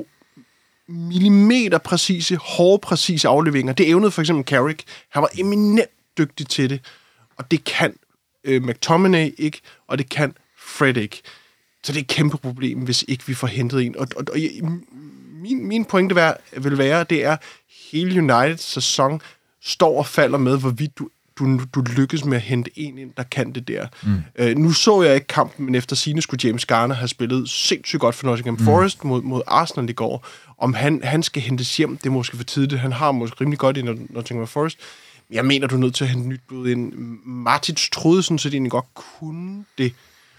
millimeter præcise, hårde præcise afleveringer. Det evnede for eksempel Carrick. Han var eminent dygtig til det, og det kan øh, McTominay ikke, og det kan Fred ikke. Så det er et kæmpe problem, hvis ikke vi får hentet en. Og, og, og min, min pointe vil være, det er, hele Uniteds sæson står og falder med, hvorvidt du, du, du lykkes med at hente en ind, der kan det der. Mm. Øh, nu så jeg ikke kampen, men efter sigende skulle James Garner have spillet sindssygt godt for Nottingham mm. Forest mod, mod Arsenal i går. Om han, han skal hentes hjem, det er måske for tidligt. Han har måske rimelig godt i Nottingham Forest. Jeg mener, du er nødt til at hente nyt blod ind. Martins troede sådan, så det egentlig godt kunne det.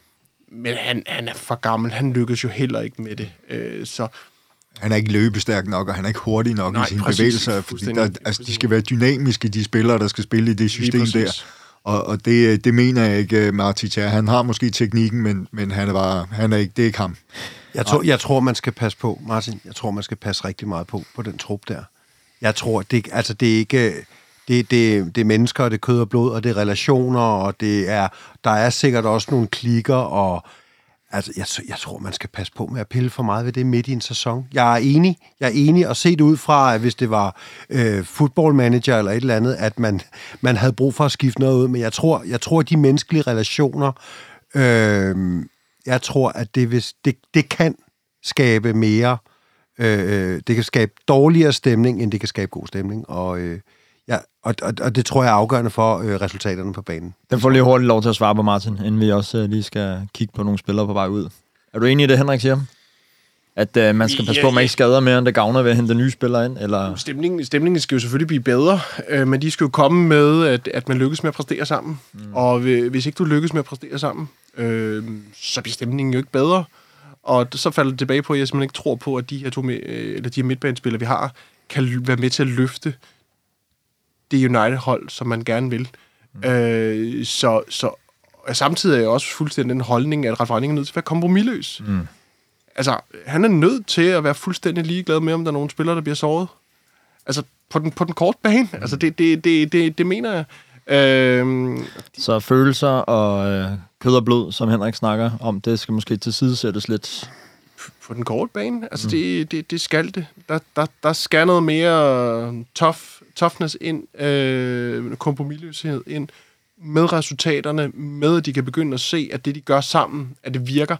Men han, han er for gammel. Han lykkes jo heller ikke med det. Øh, så han er ikke løbestærk nok, og han er ikke hurtig nok Nej, i sine præcis, bevægelser. Fordi der, altså, de skal være dynamiske, de spillere, der skal spille i det system der. Og, og det, det mener jeg ikke, Martic er. Han har måske teknikken, men, men han er bare, han er ikke, det er ikke ham. Jeg tror, jeg tror, man skal passe på, Martin. Jeg tror, man skal passe rigtig meget på, på den trup der. Jeg tror, det, altså, det er ikke... Det, det, det er mennesker, og det er kød og blod, og det er relationer, og det er, der er sikkert også nogle klikker, og altså, jeg, jeg tror, man skal passe på med at pille for meget ved det midt i en sæson. Jeg er enig, jeg er enig, og set ud fra, at hvis det var øh, football manager eller et eller andet, at man, man havde brug for at skifte noget ud, men jeg tror, jeg tror at de menneskelige relationer, øh, jeg tror, at det, hvis, det, det kan skabe mere, øh, det kan skabe dårligere stemning, end det kan skabe god stemning, og øh, Ja, og, og, og det tror jeg er afgørende for øh, resultaterne på banen. Den får lige hurtigt lov til at svare på, Martin, inden vi også øh, lige skal kigge på nogle spillere på vej ud. Er du enig i det, Henrik siger? At øh, man skal passe ja, på, at man ikke skader mere, end det gavner ved at hente nye spillere ind? Eller? Stemningen, stemningen skal jo selvfølgelig blive bedre, øh, men de skal jo komme med, at, at man lykkes med at præstere sammen. Mm. Og hvis ikke du lykkes med at præstere sammen, øh, så bliver stemningen jo ikke bedre. Og så falder det tilbage på, at jeg simpelthen ikke tror på, at de her, to, eller de her midtbanespillere, vi har, kan være med til at løfte det United-hold, som man gerne vil. Mm. Øh, så, så samtidig er jeg også fuldstændig den holdning, at Ralf Rangnick er nødt til at være kompromisløs. Mm. Altså, han er nødt til at være fuldstændig ligeglad med, om der er nogle spillere, der bliver såret. Altså, på den, på den korte bane. Mm. Altså, det, det, det, det, det mener jeg. Øh, så følelser og øh, kød og blod, som Henrik snakker om, det skal måske tilsidesættes lidt. På den korte bane. Altså, mm. det, det, det skal det. Der, der, der skal noget mere tough, toughness ind, øh, kompromisløshed ind, med resultaterne, med at de kan begynde at se, at det, de gør sammen, at det virker,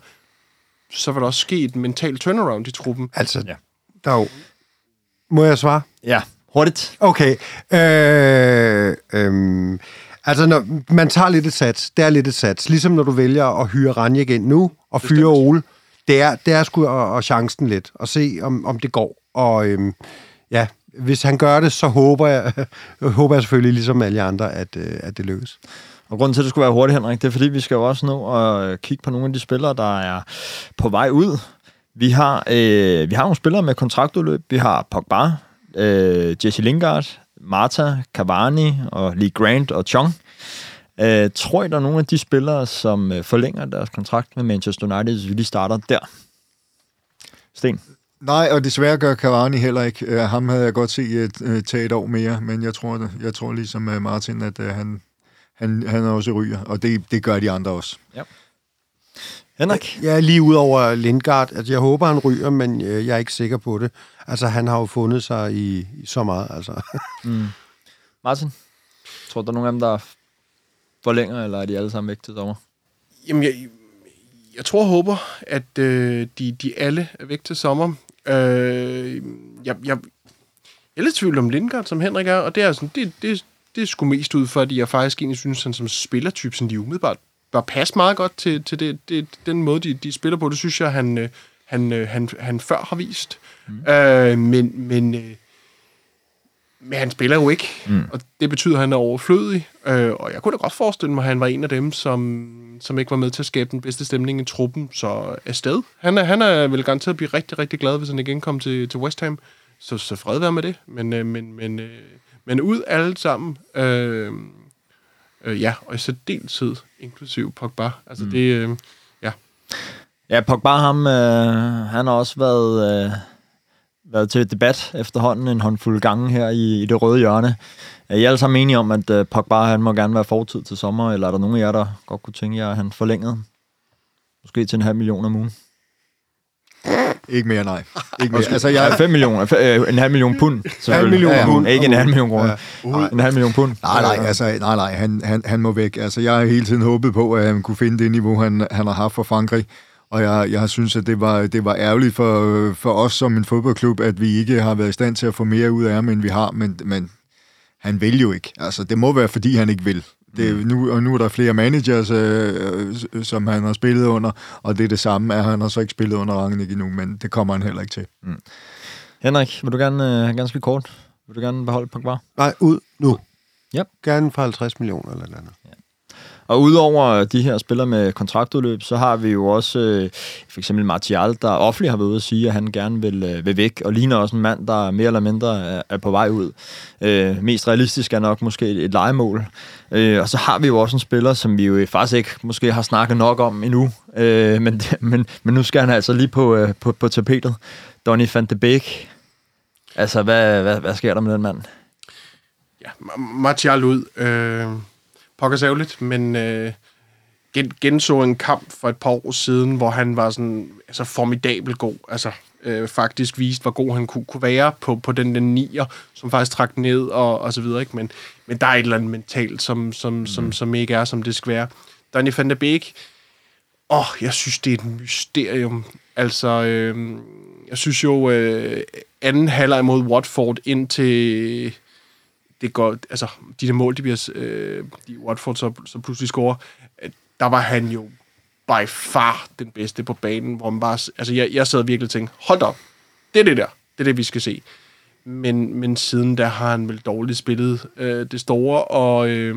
så vil der også ske et mental turnaround i truppen. Altså, ja. Der er jo... Må jeg svare? Ja, hurtigt. Okay. Øh, øh, Altså, når man tager lidt et sats, det er lidt et sats. Ligesom når du vælger at hyre Ranjik ind nu, og fyre Ole, det er, det er sgu at, at chancen lidt, og se, om, om det går. Og øhm, ja, hvis han gør det, så håber jeg, håber jeg selvfølgelig, ligesom alle andre, at, øh, at det lykkes. Og grunden til, at det skulle være hurtigt, Henrik, det er, fordi vi skal jo også nå og kigge på nogle af de spillere, der er på vej ud. Vi har, øh, vi har nogle spillere med kontraktudløb. Vi har Pogba, øh, Jesse Lingard, Marta, Cavani og Lee Grant og Chong. Øh, tror I, der er nogle af de spillere, som øh, forlænger deres kontrakt med Manchester United, hvis vi lige starter der? Sten? Nej, og desværre gør Cavani heller ikke. Uh, ham havde jeg godt set uh, tage et år mere, men jeg tror, jeg tror ligesom uh, Martin, at uh, han, han, han også ryger, og det, det gør de andre også. Ja. Henrik? Jeg er lige ud over Lindgaard. Altså, jeg håber, han ryger, men øh, jeg er ikke sikker på det. Altså, han har jo fundet sig i, i så meget, altså. mm. Martin? Tror du, der er nogle af dem, der forlænger, eller er de alle sammen væk til sommer? Jamen, jeg, jeg tror og håber, at øh, de, de alle er væk til sommer. Øh, jeg, jeg, jeg er lidt tvivl om Lindgaard, som Henrik er, og det er sådan, det, det, det er sgu mest ud for, at jeg faktisk egentlig synes, han som spillertype, sådan de umiddelbart bør passe meget godt til, til det, det, den måde, de, de spiller på. Det synes jeg, han, han, han, han før har vist. Mm. Øh, men, men, øh, men han spiller jo ikke, mm. og det betyder, at han er overflødig. Øh, og jeg kunne da godt forestille mig, at han var en af dem, som, som ikke var med til at skabe den bedste stemning i truppen, så afsted. Han er, han er vel garanteret at blive rigtig, rigtig glad, hvis han igen kommer til, til West Ham. Så, så fred være med det. Men, øh, men, men, øh, men ud alle sammen... Øh, Øh, ja, og i særdeleshed, inklusiv Pogba. Altså mm. det, øh, ja. Ja, Pogba, ham, øh, han har også været, øh, været til debat efterhånden en håndfuld gange her i, i det røde hjørne. Er I alle sammen enige om, at øh, Pogba, han må gerne være fortid til sommer, eller er der nogen af jer, der godt kunne tænke jer, at han forlængede? Måske til en halv million om ugen? Ikke mere, nej. Ikke mere. Altså, jeg... fem millioner, en halv million pund. Halv million ja, pund. Ikke en halv million kroner. Ja. En halv million pund. Nej, nej, altså, nej, nej, han, han, han må væk. Altså, jeg har hele tiden håbet på, at han kunne finde det niveau, han, han har haft for Frankrig. Og jeg, jeg synes, at det var, det var ærgerligt for, for os som en fodboldklub, at vi ikke har været i stand til at få mere ud af ham, end vi har. Men, men han vil jo ikke. Altså, det må være, fordi han ikke vil. Det, nu, og nu er der flere managers, øh, som han har spillet under, og det er det samme, at han har så ikke spillet under Rangnick endnu, men det kommer han heller ikke til. Mm. Henrik, vil du gerne, øh, ganske kort, vil du gerne beholde Pogba? Nej, ud nu. Yep. Gerne for halvtreds millioner eller andet. Ja. Og udover de her spillere med kontraktudløb, så har vi jo også øh, for eksempel Martial, der offentligt har været ude at sige, at han gerne vil, øh, vil væk, og ligner også en mand, der mere eller mindre er, er på vej ud. Øh, mest realistisk er nok måske et, et lejemål. Øh, og så har vi jo også en spiller, som vi jo faktisk ikke måske har snakket nok om endnu, øh, men, men, men nu skal han altså lige på, øh, på, på tapetet. Donny van de Beek. Altså, hvad, hvad, hvad sker der med den mand? Ja, Martial ud. Øh... Pokkers ærgerligt, men øh, gen, genså en kamp for et par år siden, hvor han var sådan altså formidabel god. Altså øh, faktisk viste, hvor god han kunne, kunne være på, på den, den nier, som faktisk trak ned og, og så videre. Ikke? Men, men der er et eller andet mentalt, som, som, mm. som, som ikke er, som det skal være. Donny van de Beek, åh, jeg synes, det er et mysterium. Altså, øh, jeg synes jo, øh, anden halvleg mod Watford indtil... det går, altså, de der mål, de bliver, øh, de Watford så, så pludselig scorer, øh, der var han jo by far den bedste på banen, hvor man bare, altså, jeg, jeg sad virkelig og tænkte, hold op, det er det der, det er det, vi skal se. Men, men siden der har han vel dårligt spillet øh, det store, og øh,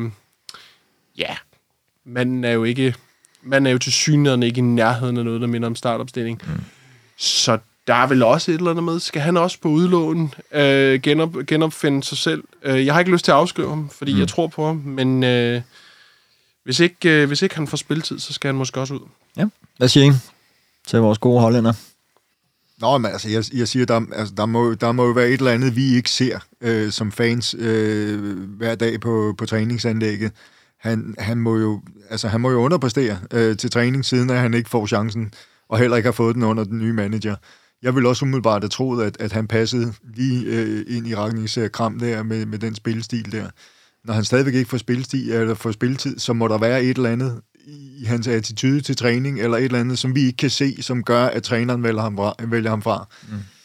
ja, man er jo ikke, man er jo til synligheden ikke i nærheden af noget, der minder om startopstilling. Mm. Så der er vel også et eller andet med, skal han også på udlån øh, genop, genopfinde sig selv? Øh, jeg har ikke lyst til at afskrive ham, fordi mm. jeg tror på ham, men øh, hvis, ikke, øh, hvis ikke han får spilletid, så skal han måske også ud. Ja, hvad siger I til vores gode hollænder? Nå, men altså, jeg, jeg siger, der, altså, der, må, der må jo være et eller andet, vi ikke ser øh, som fans øh, hver dag på, på træningsanlægget. Han, han, må jo, altså, han må jo underpræstere øh, til træning, siden at han ikke får chancen, og heller ikke har fået den under den nye manager. Jeg vil også umiddelbart have troet, at, at han passede lige øh, ind i Ragnicks kram der med, med den spillestil der. Når han stadigvæk ikke får spillestil eller får spilletid, så må der være et eller andet i hans attitude til træning, eller et eller andet, som vi ikke kan se, som gør, at træneren vælger ham fra. Vælger ham fra.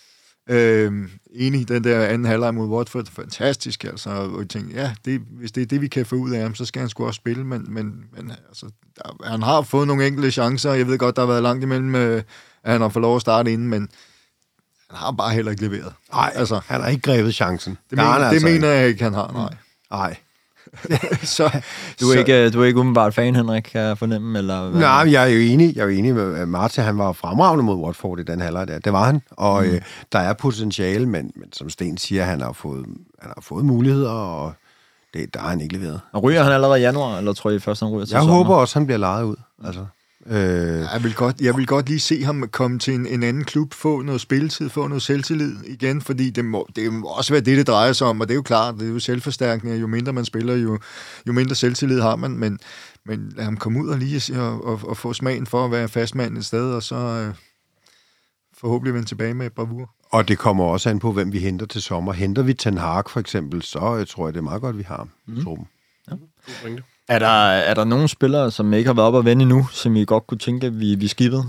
Øh, enig, den der anden halvleg mod Watford, fantastisk, altså, og jeg tænkte, ja, det, hvis det er det, vi kan få ud af ham, så skal han sgu også spille, men, men, men altså, der, han har fået nogle enkelte chancer, jeg ved godt, der har været langt imellem, øh, at han har fået lov at starte inden, men han har bare heller ikke leveret. Nej, altså, han har ikke grebet chancen. Det, men, det altså mener jeg ikke, han har, nej. Nej. så, du, er så, ikke, du er ikke umiddelbart fan, Henrik, kan jeg fornemme? Eller hvad? Nej, jeg er jo enig. Jeg er jo enig med Martin. Han var fremragende mod Watford i den halvleg der. Det var han. Og mm. øh, der er potentiale, men, men som Sten siger, han har fået, han har fået muligheder, og det, der har han ikke leveret. Og ryger han allerede i januar, eller tror I først, han ryger til Jeg sommer? håber også, han bliver lejet ud. Altså. Øh... Jeg, vil godt, jeg vil godt lige se ham komme til en, en anden klub, få noget spilletid, få noget selvtillid igen, fordi det må, det må også være det, det drejer sig om, og det er jo klart, det er jo selvforstærkende, jo mindre man spiller, jo, jo mindre selvtillid har man, men, men lad ham komme ud og lige og, og, og få smagen for at være fastmand et sted, og så øh, forhåbentlig vende tilbage med bravur. Og det kommer også an på, hvem vi henter til sommer. Henter vi Ten Hag for eksempel, så jeg tror jeg, det er meget godt, vi har ham. Mm. Ja. Er der, er der nogle spillere, som ikke har været op og vende endnu, som I godt kunne tænke, at vi, vi skippede?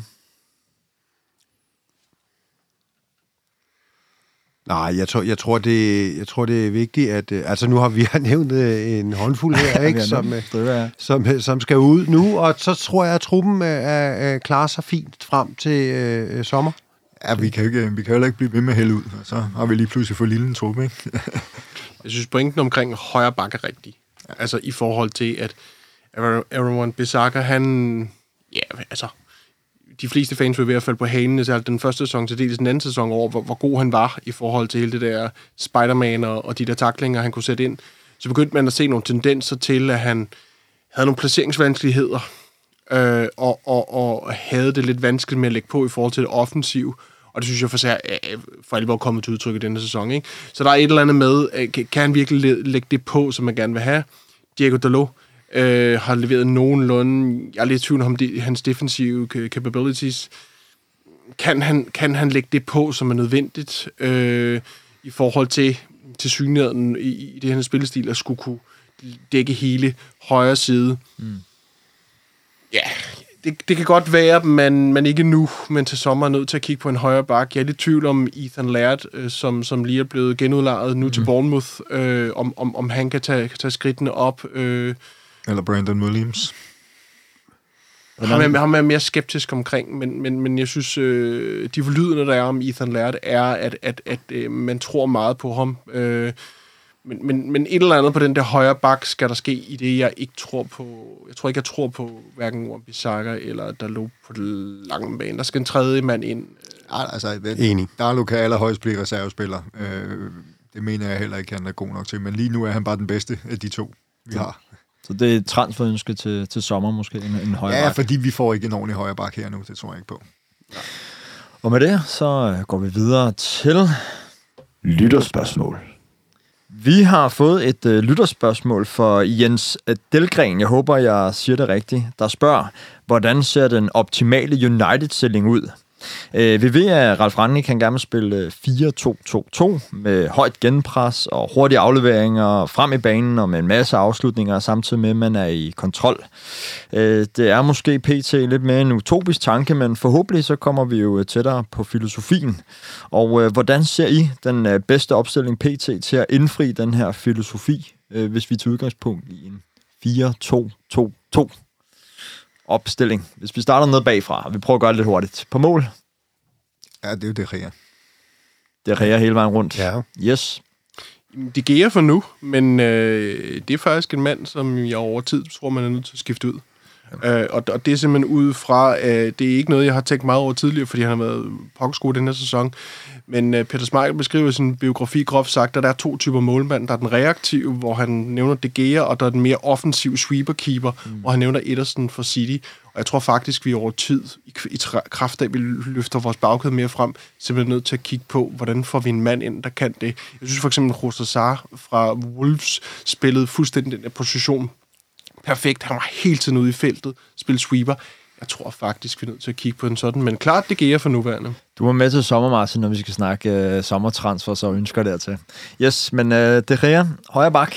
Nej, jeg tror, jeg tror, det, jeg tror, det er vigtigt, at... Altså, nu har vi nævnt en håndfuld her, ikke, som, som, som skal ud nu, og så tror jeg, at truppen er, er, klarer sig fint frem til øh, sommer. Ja, vi kan, ikke, vi kan heller ikke blive ved med at hælde ud, og så har vi lige pludselig fået lille en truppe, ikke? Jeg synes, pointen omkring højre bakke er rigtig. Altså i forhold til, at Aaron Wan-Bissaka, han... Ja, altså... De fleste fans vil i hvert fald på hanen, så den første sæson til dels den anden sæson over, hvor, hvor god han var i forhold til hele det der Spider-Man og, og de der tacklinger, han kunne sætte ind. Så begyndte man at se nogle tendenser til, at han havde nogle placeringsvanskeligheder, øh, og, og, og havde det lidt vanskeligt med at lægge på i forhold til det offensive. Og det synes jeg for, sig, for alvor er kommet til udtryk i denne sæson. Ikke? Så der er et eller andet med, kan han virkelig lægge det på, som man gerne vil have? Diego Dalot øh, har leveret nogenlunde. Jeg er lidt i tvivl om de, hans defensive capabilities. Kan han, kan han lægge det på, som er nødvendigt øh, i forhold til, til synligheden i, i det her spillestil, at skulle kunne dække hele højre side? Mm. Ja, det, det kan godt være, men, men ikke nu, men til sommer er nødt til at kigge på en højre bak. Jeg er lidt i tvivl om Ethan Laird, øh, som, som lige er blevet genudlejet nu mm. til Bournemouth, øh, om, om, om han kan tage, kan tage skridtene op. Øh. Eller Brandon Williams. Ham er, ham er mere skeptisk omkring, men, men, men jeg synes, øh, de forlydende, der er om Ethan Laird, er, at, at, at øh, man tror meget på ham. Øh, Men, men, men et eller andet på den der højre bak skal der ske i det, jeg ikke tror på. Jeg tror ikke, jeg tror på hverken Wan-Bissaka eller Dalot på det lange bane. Der skal en tredje mand ind. Ja, altså, enig. Dalot kan allerhøjst blive reservespiller. Øh, det mener jeg heller ikke, han er god nok til. Men lige nu er han bare den bedste af de to, vi ja. har. Så det er et transferønske til, til sommer måske, en, en højre ja, bak? Ja, fordi vi får ikke en ordentlig højre bak her nu. Det tror jeg ikke på. Ja. Og med det, så går vi videre til lytterspørgsmål. Vi har fået et øh, lytterspørgsmål for Jens Delgren, jeg håber, jeg siger det rigtigt, der spørger, hvordan ser den optimale United-stilling ud? Øh, vi ved, at Ralf Rangnick kan gerne spille fire to to to med højt genpres og hurtige afleveringer frem i banen og med en masse afslutninger, samtidig med, at man er i kontrol. Øh, det er måske pt. Lidt mere en utopisk tanke, men forhåbentlig så kommer vi jo tættere på filosofien. Og øh, hvordan ser I den øh, bedste opstilling pt. Til at indfri den her filosofi, øh, hvis vi tager udgangspunkt i en fire to to to? Opstilling. Hvis vi starter ned bagfra, vi prøver at gøre det lidt hurtigt. På mål? Ja, det er jo det Gea. Det Gea hele vejen rundt. Ja. Yes. Det Gea for nu, men øh, det er faktisk en mand, som jeg over tid tror, man er nødt til at skifte ud. Ja. Øh, og, og det er simpelthen ud fra, øh, det er ikke noget, jeg har tænkt meget over tidligere, fordi han har været pokkeskole den her sæson. Men øh, Peter Schmeichel beskriver sin biografi groft sagt, at der er to typer målmand. Der er den reaktive, hvor han nævner De Gea, og der er den mere offensiv sweeper-keeper, mm. hvor han nævner Ederson for City. Og jeg tror faktisk, vi over tid, i, i kraft af, at vi løfter vores bagkæde mere frem, simpelthen nødt til at kigge på, hvordan får vi en mand ind, der kan det. Jeg synes for eksempel, at José Sarr fra Wolves spillede fuldstændig den der position perfekt. Han var hele tiden ude i feltet, spillede sweeper. Jeg tror faktisk, vi er nødt til at kigge på en sådan, men klart, det Gea for nuværende. Du var med til sommer, Martin, når vi skal snakke uh, sommertransfer, så ønsker dertil. Yes, men uh, De Gea, højre bak.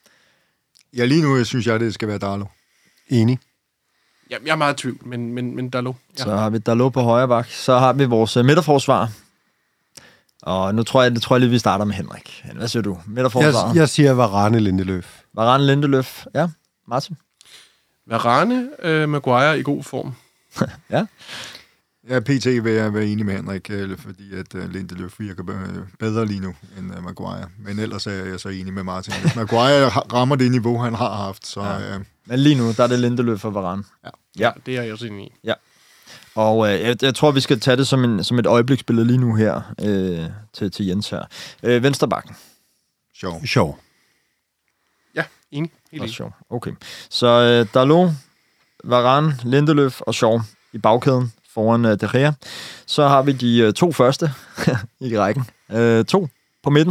Ja, lige nu synes jeg, det skal være Dalot. Enig. Ja, jeg er meget i tvivl, men, men, men Dalot. Ja. Så har vi Dalot på højre bak. Så har vi vores uh, midterforsvar. Og nu tror jeg, det tror jeg lige, vi starter med Henrik. Hvad siger du? Jeg, jeg siger Varane Lindeløf. Varane Lindeløf, ja. Martin? Varane øh, Maguire i god form. Ja. Ja, P T vil jeg være enig med Henrik, øh, fordi at uh, Lindeløf virker bedre lige nu end uh, Maguire. Men ellers er jeg så enig med Martin. Hvis Maguire rammer det niveau, han har haft, så... Ja. Uh... Men lige nu, der er det Lindeløf for Varane. Ja, ja. Det er jeg også enig i. Ja. Og øh, jeg, jeg tror, vi skal tage det som, en, som et øjebliksbillede lige nu her øh, til, til Jens her. Øh, Vensterbakken. Sjov. Sjov. Ja, enig. Helt enig. Sjov. Okay. Så øh, Dalot, Varane, Lindeløf og Shaw i bagkæden foran uh, De Gea. Så har vi de uh, to første i rækken. Uh, to på midten.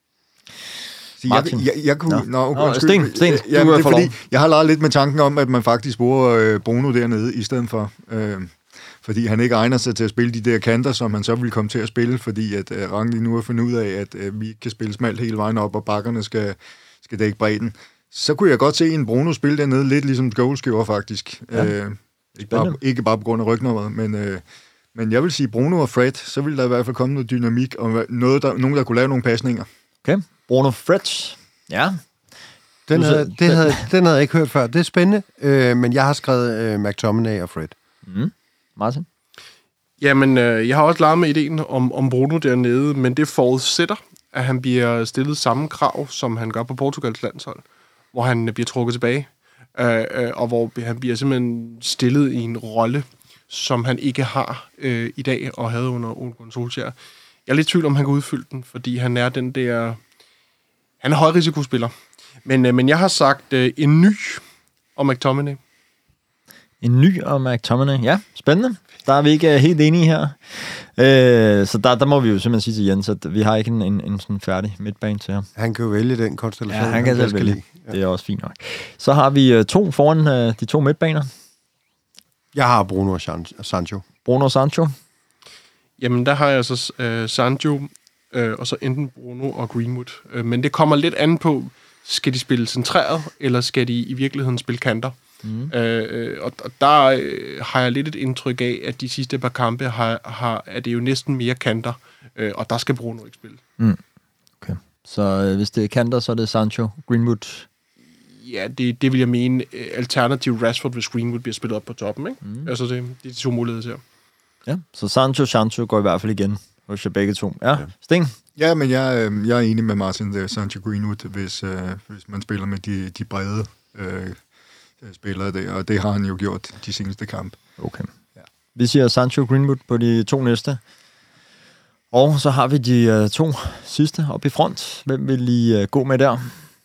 Jeg, jeg, jeg kunne... Nå, Nå, okay, Nå Sten, Sten, ja, det er fordi, jeg har leget lidt med tanken om, at man faktisk bruger øh, Bruno dernede i stedet for... Øh, fordi han ikke egner sig til at spille de der kanter, som han så vil komme til at spille, fordi at øh, Rangnick nu har fundet ud af, at øh, vi ikke kan spille smalt hele vejen op, og bakkerne skal, skal dække bredden. Så kunne jeg godt se en Bruno spille dernede, lidt ligesom Scholes gjorde faktisk. Ja. Øh, ikke, bare, ikke bare på grund af rygnummeret, men... Øh, men jeg vil sige Bruno og Fred, så vil der i hvert fald komme noget dynamik, og noget, der, nogen, der kunne lave nogle pasninger. Okay, Bruno Fred. Ja. Den havde, det havde, den havde jeg ikke hørt før. Det er spændende, øh, men jeg har skrevet øh, McTominay og Fred. Mm. Martin? Jamen, øh, jeg har også leget med ideen om, om Bruno dernede, men det forudsætter, at han bliver stillet samme krav, som han gør på Portugals landshold, hvor han bliver trukket tilbage, øh, øh, og hvor han bliver simpelthen stillet i en rolle, som han ikke har øh, i dag, og havde under Ole Gunnar Solskjær. Jeg er lidt i tvivl om, han kan udfylde den, fordi han er den der... Han er højrisikospiller. Men, øh, men jeg har sagt øh, en ny om McTominay. En ny om McTominay, ja. Spændende. Der er vi ikke uh, helt enige her. Øh, så der, der må vi jo simpelthen sige til Jens, at vi har ikke en, en, en sådan færdig midtbane til ham. Han kan jo vælge den konstellation. Ja, han kan selv vælge. Ja. Det er også fint nok. Så har vi uh, to foran uh, de to midtbaner. Jeg har Bruno og Sancho. Bruno og Sancho? Jamen, der har jeg så uh, Sancho, uh, og så enten Bruno og Greenwood. Uh, men det kommer lidt an på, skal de spille centreret, eller skal de i virkeligheden spille kanter? Mm. Uh, og, og der uh, har jeg lidt et indtryk af, at de sidste par kampe har, har, er det jo næsten mere kanter, uh, og der skal Bruno ikke spille. Mm. Okay. Så uh, hvis det er kanter, så er det Sancho, Greenwood... Ja, det, det vil jeg mene. Alternativ Rashford, hvis Greenwood bliver spillet op på toppen, ikke? Mm. Altså, det, det er de to muligheder, her. Ja, så Sancho, Sancho går i hvert fald igen hos jer begge to. Ja, ja. Sten? Ja, men jeg, jeg er enig med Martin der, Sancho Greenwood, hvis, øh, hvis man spiller med de, de brede øh, spillere der, og det har han jo gjort de seneste kampe. Okay. Ja. Vi siger Sancho Greenwood på de to næste. Og så har vi de uh, to sidste op i front. Hvem vil I uh, gå med der?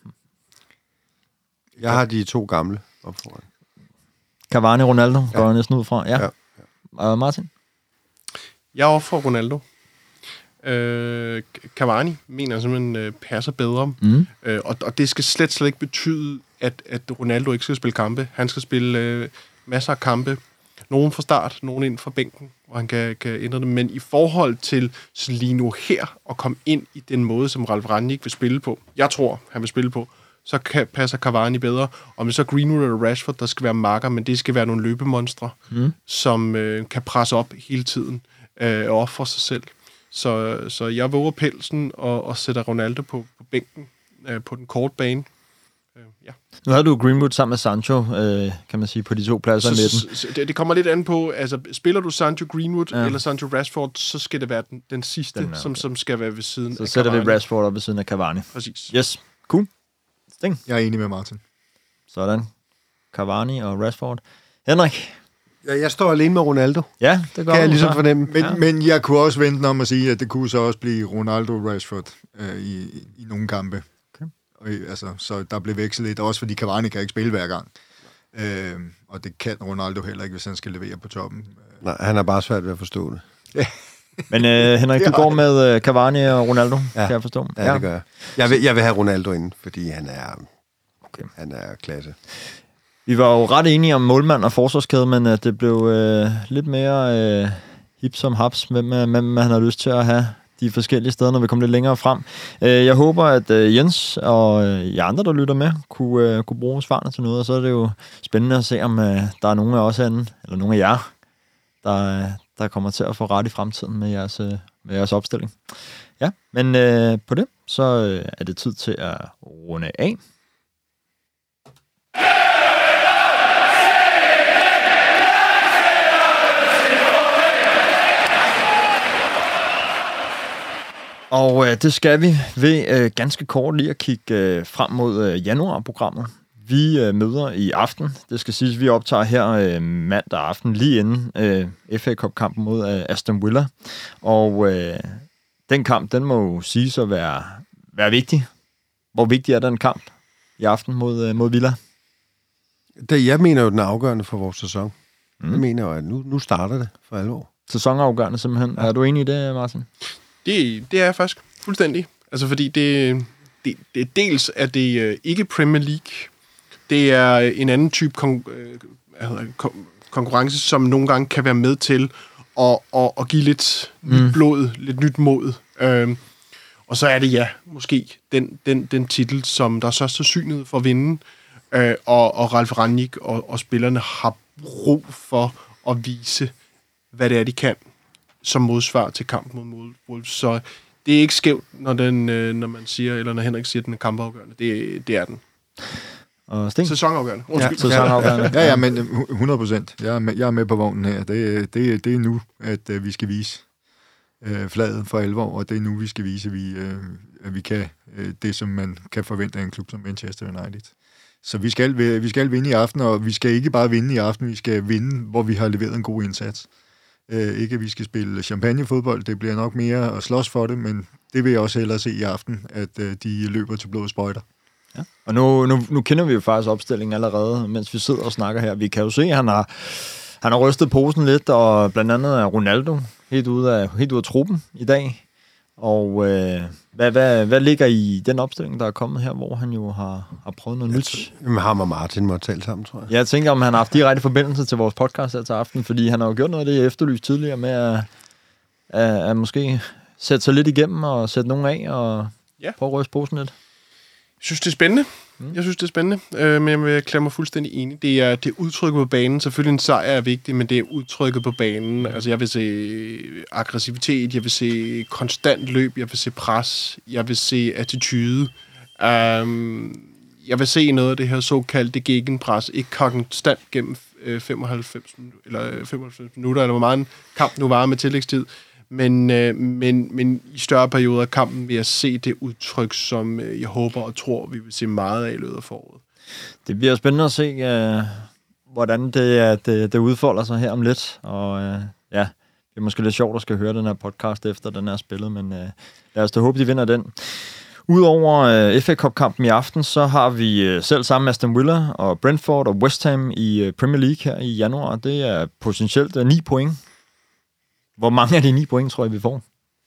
Jeg har de to gamle op foran. Cavani, Ronaldo, ja. Går jeg næsten ud fra. Ja. Ja. Ja. Uh, Martin? Jeg er for Ronaldo. Øh, Cavani mener jeg simpelthen øh, passer bedre. Mm. Øh, og, og det skal slet, slet ikke betyde, at, at Ronaldo ikke skal spille kampe. Han skal spille øh, masser af kampe. Nogen fra start, nogen ind fra bænken, hvor han kan, kan ændre det. Men i forhold til lige nu her, at komme ind i den måde, som Ralf Rangnick vil spille på, jeg tror, han vil spille på, så kan, passer Cavani bedre. Og med så Greenwood og Rashford, der skal være marker, men det skal være nogle løbemonstre, mm. som øh, kan presse op hele tiden øh, og ofre sig selv. Så, så jeg våger pelsen og, og sætter Ronaldo på, på bænken øh, på den korte bane. Øh, ja. Nu havde du Greenwood sammen med Sancho, øh, kan man sige, på de to pladser i midten. Så, det, det kommer lidt an på, altså spiller du Sancho Greenwood ja. eller Sancho Rashford, så skal det være den, den sidste, den er, okay. som, som skal være ved siden så af Så sætter vi Rashford op ved siden af Cavani. Præcis. Yes, cool. Sting. Jeg er enig med Martin. Sådan. Cavani og Rashford. Henrik? Ja, jeg står alene med Ronaldo. Ja, det gør kan jeg ligesom fornemme. Men, ja. men jeg kunne også vente om at sige, at det kunne så også blive Ronaldo-Rashford øh, i, i, i nogle kampe. Okay. Og, altså, så der blev vekslet lidt, også fordi Cavani kan ikke spille hver gang. Øh, og det kan Ronaldo heller ikke, hvis han skal levere på toppen. Nej, han har bare svært ved at forstå det. Ja. Men øh, Henrik, du går med øh, Cavani og Ronaldo, ja. Kan jeg forstå? Ja, ja, det gør jeg. Jeg vil, jeg vil have Ronaldo ind, fordi han er, okay. han er klasse. Vi var jo ret enige om målmand og forsvarskæde, men uh, det blev uh, lidt mere uh, hip som haps, hvem, uh, hvem man har lyst til at have de forskellige steder, når vi kommer lidt længere frem. Uh, jeg håber, at uh, Jens og uh, I andre, der lytter med, kunne, uh, kunne bruge svarene til noget, og så er det jo spændende at se, om uh, der er nogen af os anden, eller nogen af jer, der, uh, der kommer til at få ret i fremtiden med jeres, uh, med jeres opstilling. Ja, men øh, på det, så øh, er det tid til at runde af. Og øh, det skal vi ved øh, ganske kort lige at kigge øh, frem mod øh, januarprogrammet. Vi øh, møder i aften. Det skal siges, at vi optager her øh, mandag aften lige inden øh, F A Cup-kampen mod øh, Aston Villa. Og øh, den kamp, den må jo siges at være, være vigtig. Hvor vigtig er den kamp i aften mod, øh, mod Villa? Det, jeg mener jo, den er afgørende for vores sæson. Mm. Jeg mener jo, at nu, nu starter det for alvor. Sæsonafgørende simpelthen. Ja. Er du enig i det, Martin? Det, det er jeg faktisk fuldstændig. Altså fordi det, det, det dels er det uh, ikke Premier League. Det er en anden type kon- uh, kon- konkurrence, som nogle gange kan være med til at, at, at give lidt mm. nyt blod, lidt nyt mod. Uh, og så er det ja, måske den, den, den titel, som der er størst sandsynlighed for at vinde. Uh, og, og Ralf Rangnick og, og spillerne har brug for at vise, hvad det er, de kan som modsvar til kampen mod Wolves. Så det er ikke skævt, når, den, øh, når man siger, eller når Henrik siger, at den er kampafgørende. Det, det er den. Og Sten? Sæsonafgørende. Ja, sæsonafgørende. Ja, ja, men hundrede procent. Jeg er med, jeg er med på vognen her. Det, det, det er nu, at uh, vi skal vise uh, flaget for alvor, og det er nu, vi skal vise, at vi, uh, at vi kan uh, det, som man kan forvente af en klub som Manchester United. Så vi skal, vi skal vinde i aften, og vi skal ikke bare vinde i aften, vi skal vinde, hvor vi har leveret en god indsats. Uh, ikke at vi skal spille champagnefodbold, det bliver nok mere at slås for det, men det vil jeg også hellere se i aften, at uh, de løber til blod sprøjter. Ja. Og nu, nu, nu kender vi jo faktisk opstillingen allerede, mens vi sidder og snakker her. Vi kan jo se, at han har, han har rystet posen lidt, og blandt andet er Ronaldo helt ude af, helt ude af truppen i dag. Og øh, hvad, hvad, hvad ligger i den opstilling, der er kommet her, hvor han jo har, har prøvet noget nyt? Jamen, ham og Martin må tale sammen, tror jeg. Jeg tænker, om han har haft direkte forbindelse til vores podcast her til aften, fordi han har jo gjort noget af det, jeg efterlyst tidligere med at, at, at måske sætte sig lidt igennem og sætte nogen af og ja. prøve at ryste posen lidt. Jeg synes, det er spændende. Mm. Jeg synes, det er spændende, øh, men jeg vil erklære mig fuldstændig enig. Det er, det er udtrykket på banen. Selvfølgelig en sejr er vigtig, men det er udtrykket på banen. Altså, jeg vil se aggressivitet, jeg vil se konstant løb, jeg vil se pres, jeg vil se attitude. Um, jeg vil se noget af det her såkaldte gegenpres, ikke konstant gennem øh, femoghalvfems, eller femoghalvfems minutter, eller hvor meget en kamp nu var med tillægstid. Men, øh, men, men i større perioder af kampen vil jeg se det udtryk, som øh, jeg håber og tror, vi vil se meget af i løbet af foråret. Det bliver spændende at se, øh, hvordan det, det, det udfolder sig her om lidt. Og øh, ja, det er måske lidt sjovt at skal høre den her podcast efter den er spillet, men øh, lad os da håbe, de vinder den. Udover øh, F A Cup-kampen i aften, så har vi øh, selv sammen Aston Villa og Brentford og West Ham i øh, Premier League her i januar. Det er potentielt øh, ni point. Hvor mange af de ni point, tror jeg, vi får?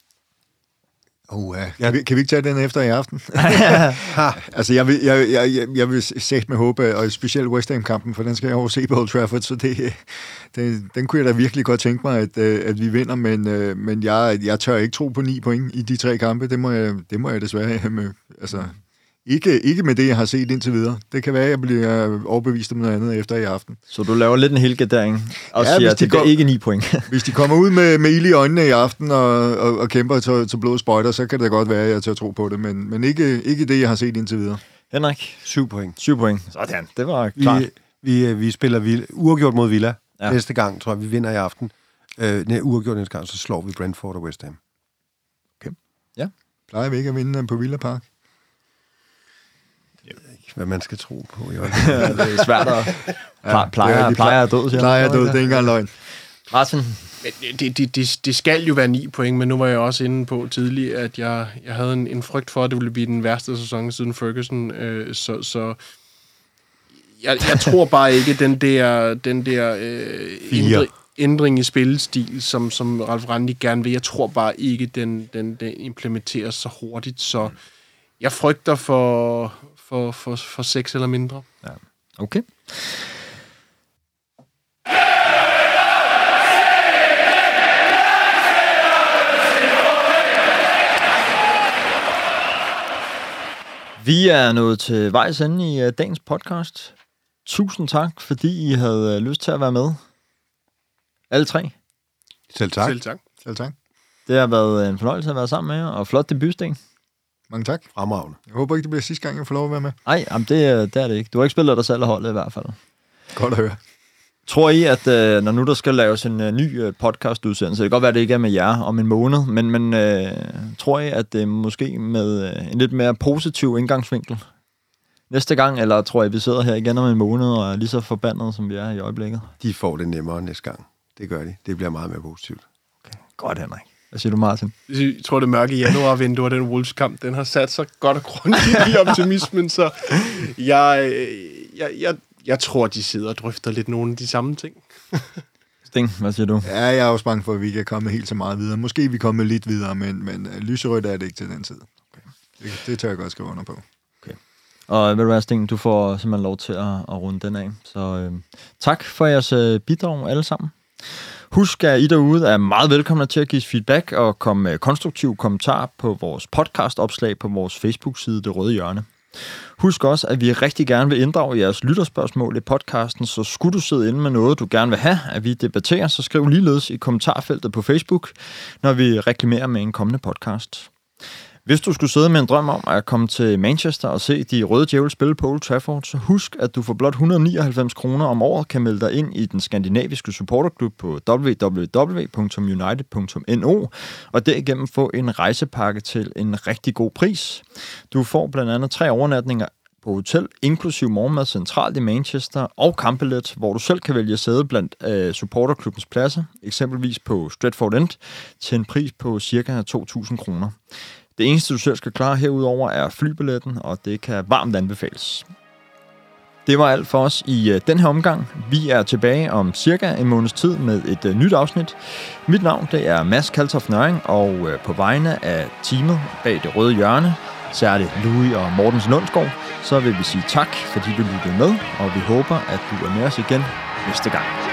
Oh, ja. Kan, vi, kan vi ikke tage den efter i aften? altså, jeg vil, jeg, jeg, jeg, jeg vil sætte med håbe, og specielt West Ham-kampen, for den skal jeg over se på Old Trafford, så det, det, den kunne jeg da virkelig godt tænke mig, at, at vi vinder, men, men jeg, jeg tør ikke tro på ni point i de tre kampe. Det må jeg, det må jeg desværre have med. Altså, ikke, ikke med det, jeg har set indtil videre. Det kan være, at jeg bliver overbevist om noget andet efter i aften. Så du laver lidt en helgardering og ja, siger, at det går, ikke ni point. Hvis de kommer ud med, med ild i øjnene i aften og, og, og kæmper til, til blod sprøjter, så kan det da godt være, at jeg tør tro på det. Men, men ikke, ikke det, jeg har set indtil videre. Henrik? Syv point. Syv point. Sådan, det var klart. Vi, vi, vi spiller Villa, uafgjort mod Villa. Ja. Næste gang, tror jeg, vi vinder i aften. Øh, nej, uafgjort næste gang, så slår vi Brentford og West Ham. Okay. Ja. Plejer vi ikke at vinde på Villa Park? Hvad man skal tro på. Jo. Det er svært at ja, plejer, plejer at død, siger plejer at død, det er ikke engang løgn. Martin? Det, det, det, det skal jo være ni point, men nu var jeg også inde på tidligt, at jeg, jeg havde en, en frygt for, at det ville blive den værste sæson siden Ferguson. Øh, så så jeg, jeg tror bare ikke, den der, den der øh, ændre, ændring i spillestil, som, som Ralf Rangnick gerne vil, jeg tror bare ikke, den, den, den implementeres så hurtigt. Så jeg frygter for... For, for, for seks eller mindre. Ja. Okay. Vi er nået til vejs ende i uh, dagens podcast. Tusind tak, fordi I havde uh, lyst til at være med. Alle tre. Selv tak. Selv tak. Selv tak. Det har været en fornøjelse at være sammen med jer, og flot debutsten. Mange tak. Fremragende. Jeg håber ikke, det bliver sidste gang, jeg får lov at være med. Nej, jamen det, det er det ikke. Du har ikke spillet dig selv og holdet i hvert fald. Godt at høre. Tror I, at øh, når nu der skal laves en øh, ny øh, podcast-udsendelse, det kan godt være, at det ikke er med jer om en måned, men, men øh, tror I, at det er måske med øh, en lidt mere positiv indgangsvinkel næste gang, eller tror I, at vi sidder her igen om en måned og er lige så forbandet, som vi er i øjeblikket? De får det nemmere næste gang. Det gør de. Det bliver meget mere positivt. Okay. Godt, Henrik. Hvad siger du, Martin? Jeg tror, det mørke januarvindue og den Wolves-kamp, den har sat sig godt og grundigt i optimismen, så jeg, jeg, jeg, jeg tror, de sidder og drøfter lidt nogle af de samme ting. Sting, hvad siger du? Ja, jeg er også bange for, at vi ikke er kommet helt så meget videre. Måske er vi kommet lidt videre, men, men lyserødt er det ikke til den tid. Okay. Det, det tør jeg godt skrive under på. Okay. Og ved du hvad, Sting, du får simpelthen lov til at, at runde den af. Så øh, tak for jeres øh, bidrag alle sammen. Husk, at I derude er meget velkomne til at give feedback og komme med konstruktive kommentarer på vores podcast-opslag på vores Facebook-side Det Røde Hjørne. Husk også, at vi rigtig gerne vil inddrage jeres lytterspørgsmål i podcasten, så skulle du sidde inde med noget, du gerne vil have, at vi debatterer, så skriv ligeledes i kommentarfeltet på Facebook, når vi reklamerer med en kommende podcast. Hvis du skulle sidde med en drøm om at komme til Manchester og se de Røde Djævle spille på Old Trafford, så husk, at du for blot et hundrede og nioghalvfems kroner om året kan melde dig ind i den skandinaviske supporterklub på w w w punktum united punktum n o og derigennem få en rejsepakke til en rigtig god pris. Du får blandt andet tre overnatninger på hotel, inklusiv morgenmad centralt i Manchester og kampbillet, hvor du selv kan vælge sæde blandt øh, supporterklubbens pladser, eksempelvis på Stratford End, til en pris på ca. to tusind kroner. Det eneste, du selv skal klare herudover, er flybilletten, og det kan varmt anbefales. Det var alt for os i uh, den her omgang. Vi er tilbage om cirka en måneds tid med et uh, nyt afsnit. Mit navn det er Mads Kaltoft Nøring, og uh, på vegne af teamet bag Det Røde Hjørne, særligt Louis og Mortens Lundsgaard, så vil vi sige tak, fordi du lyttede med, og vi håber, at du er med os igen næste gang.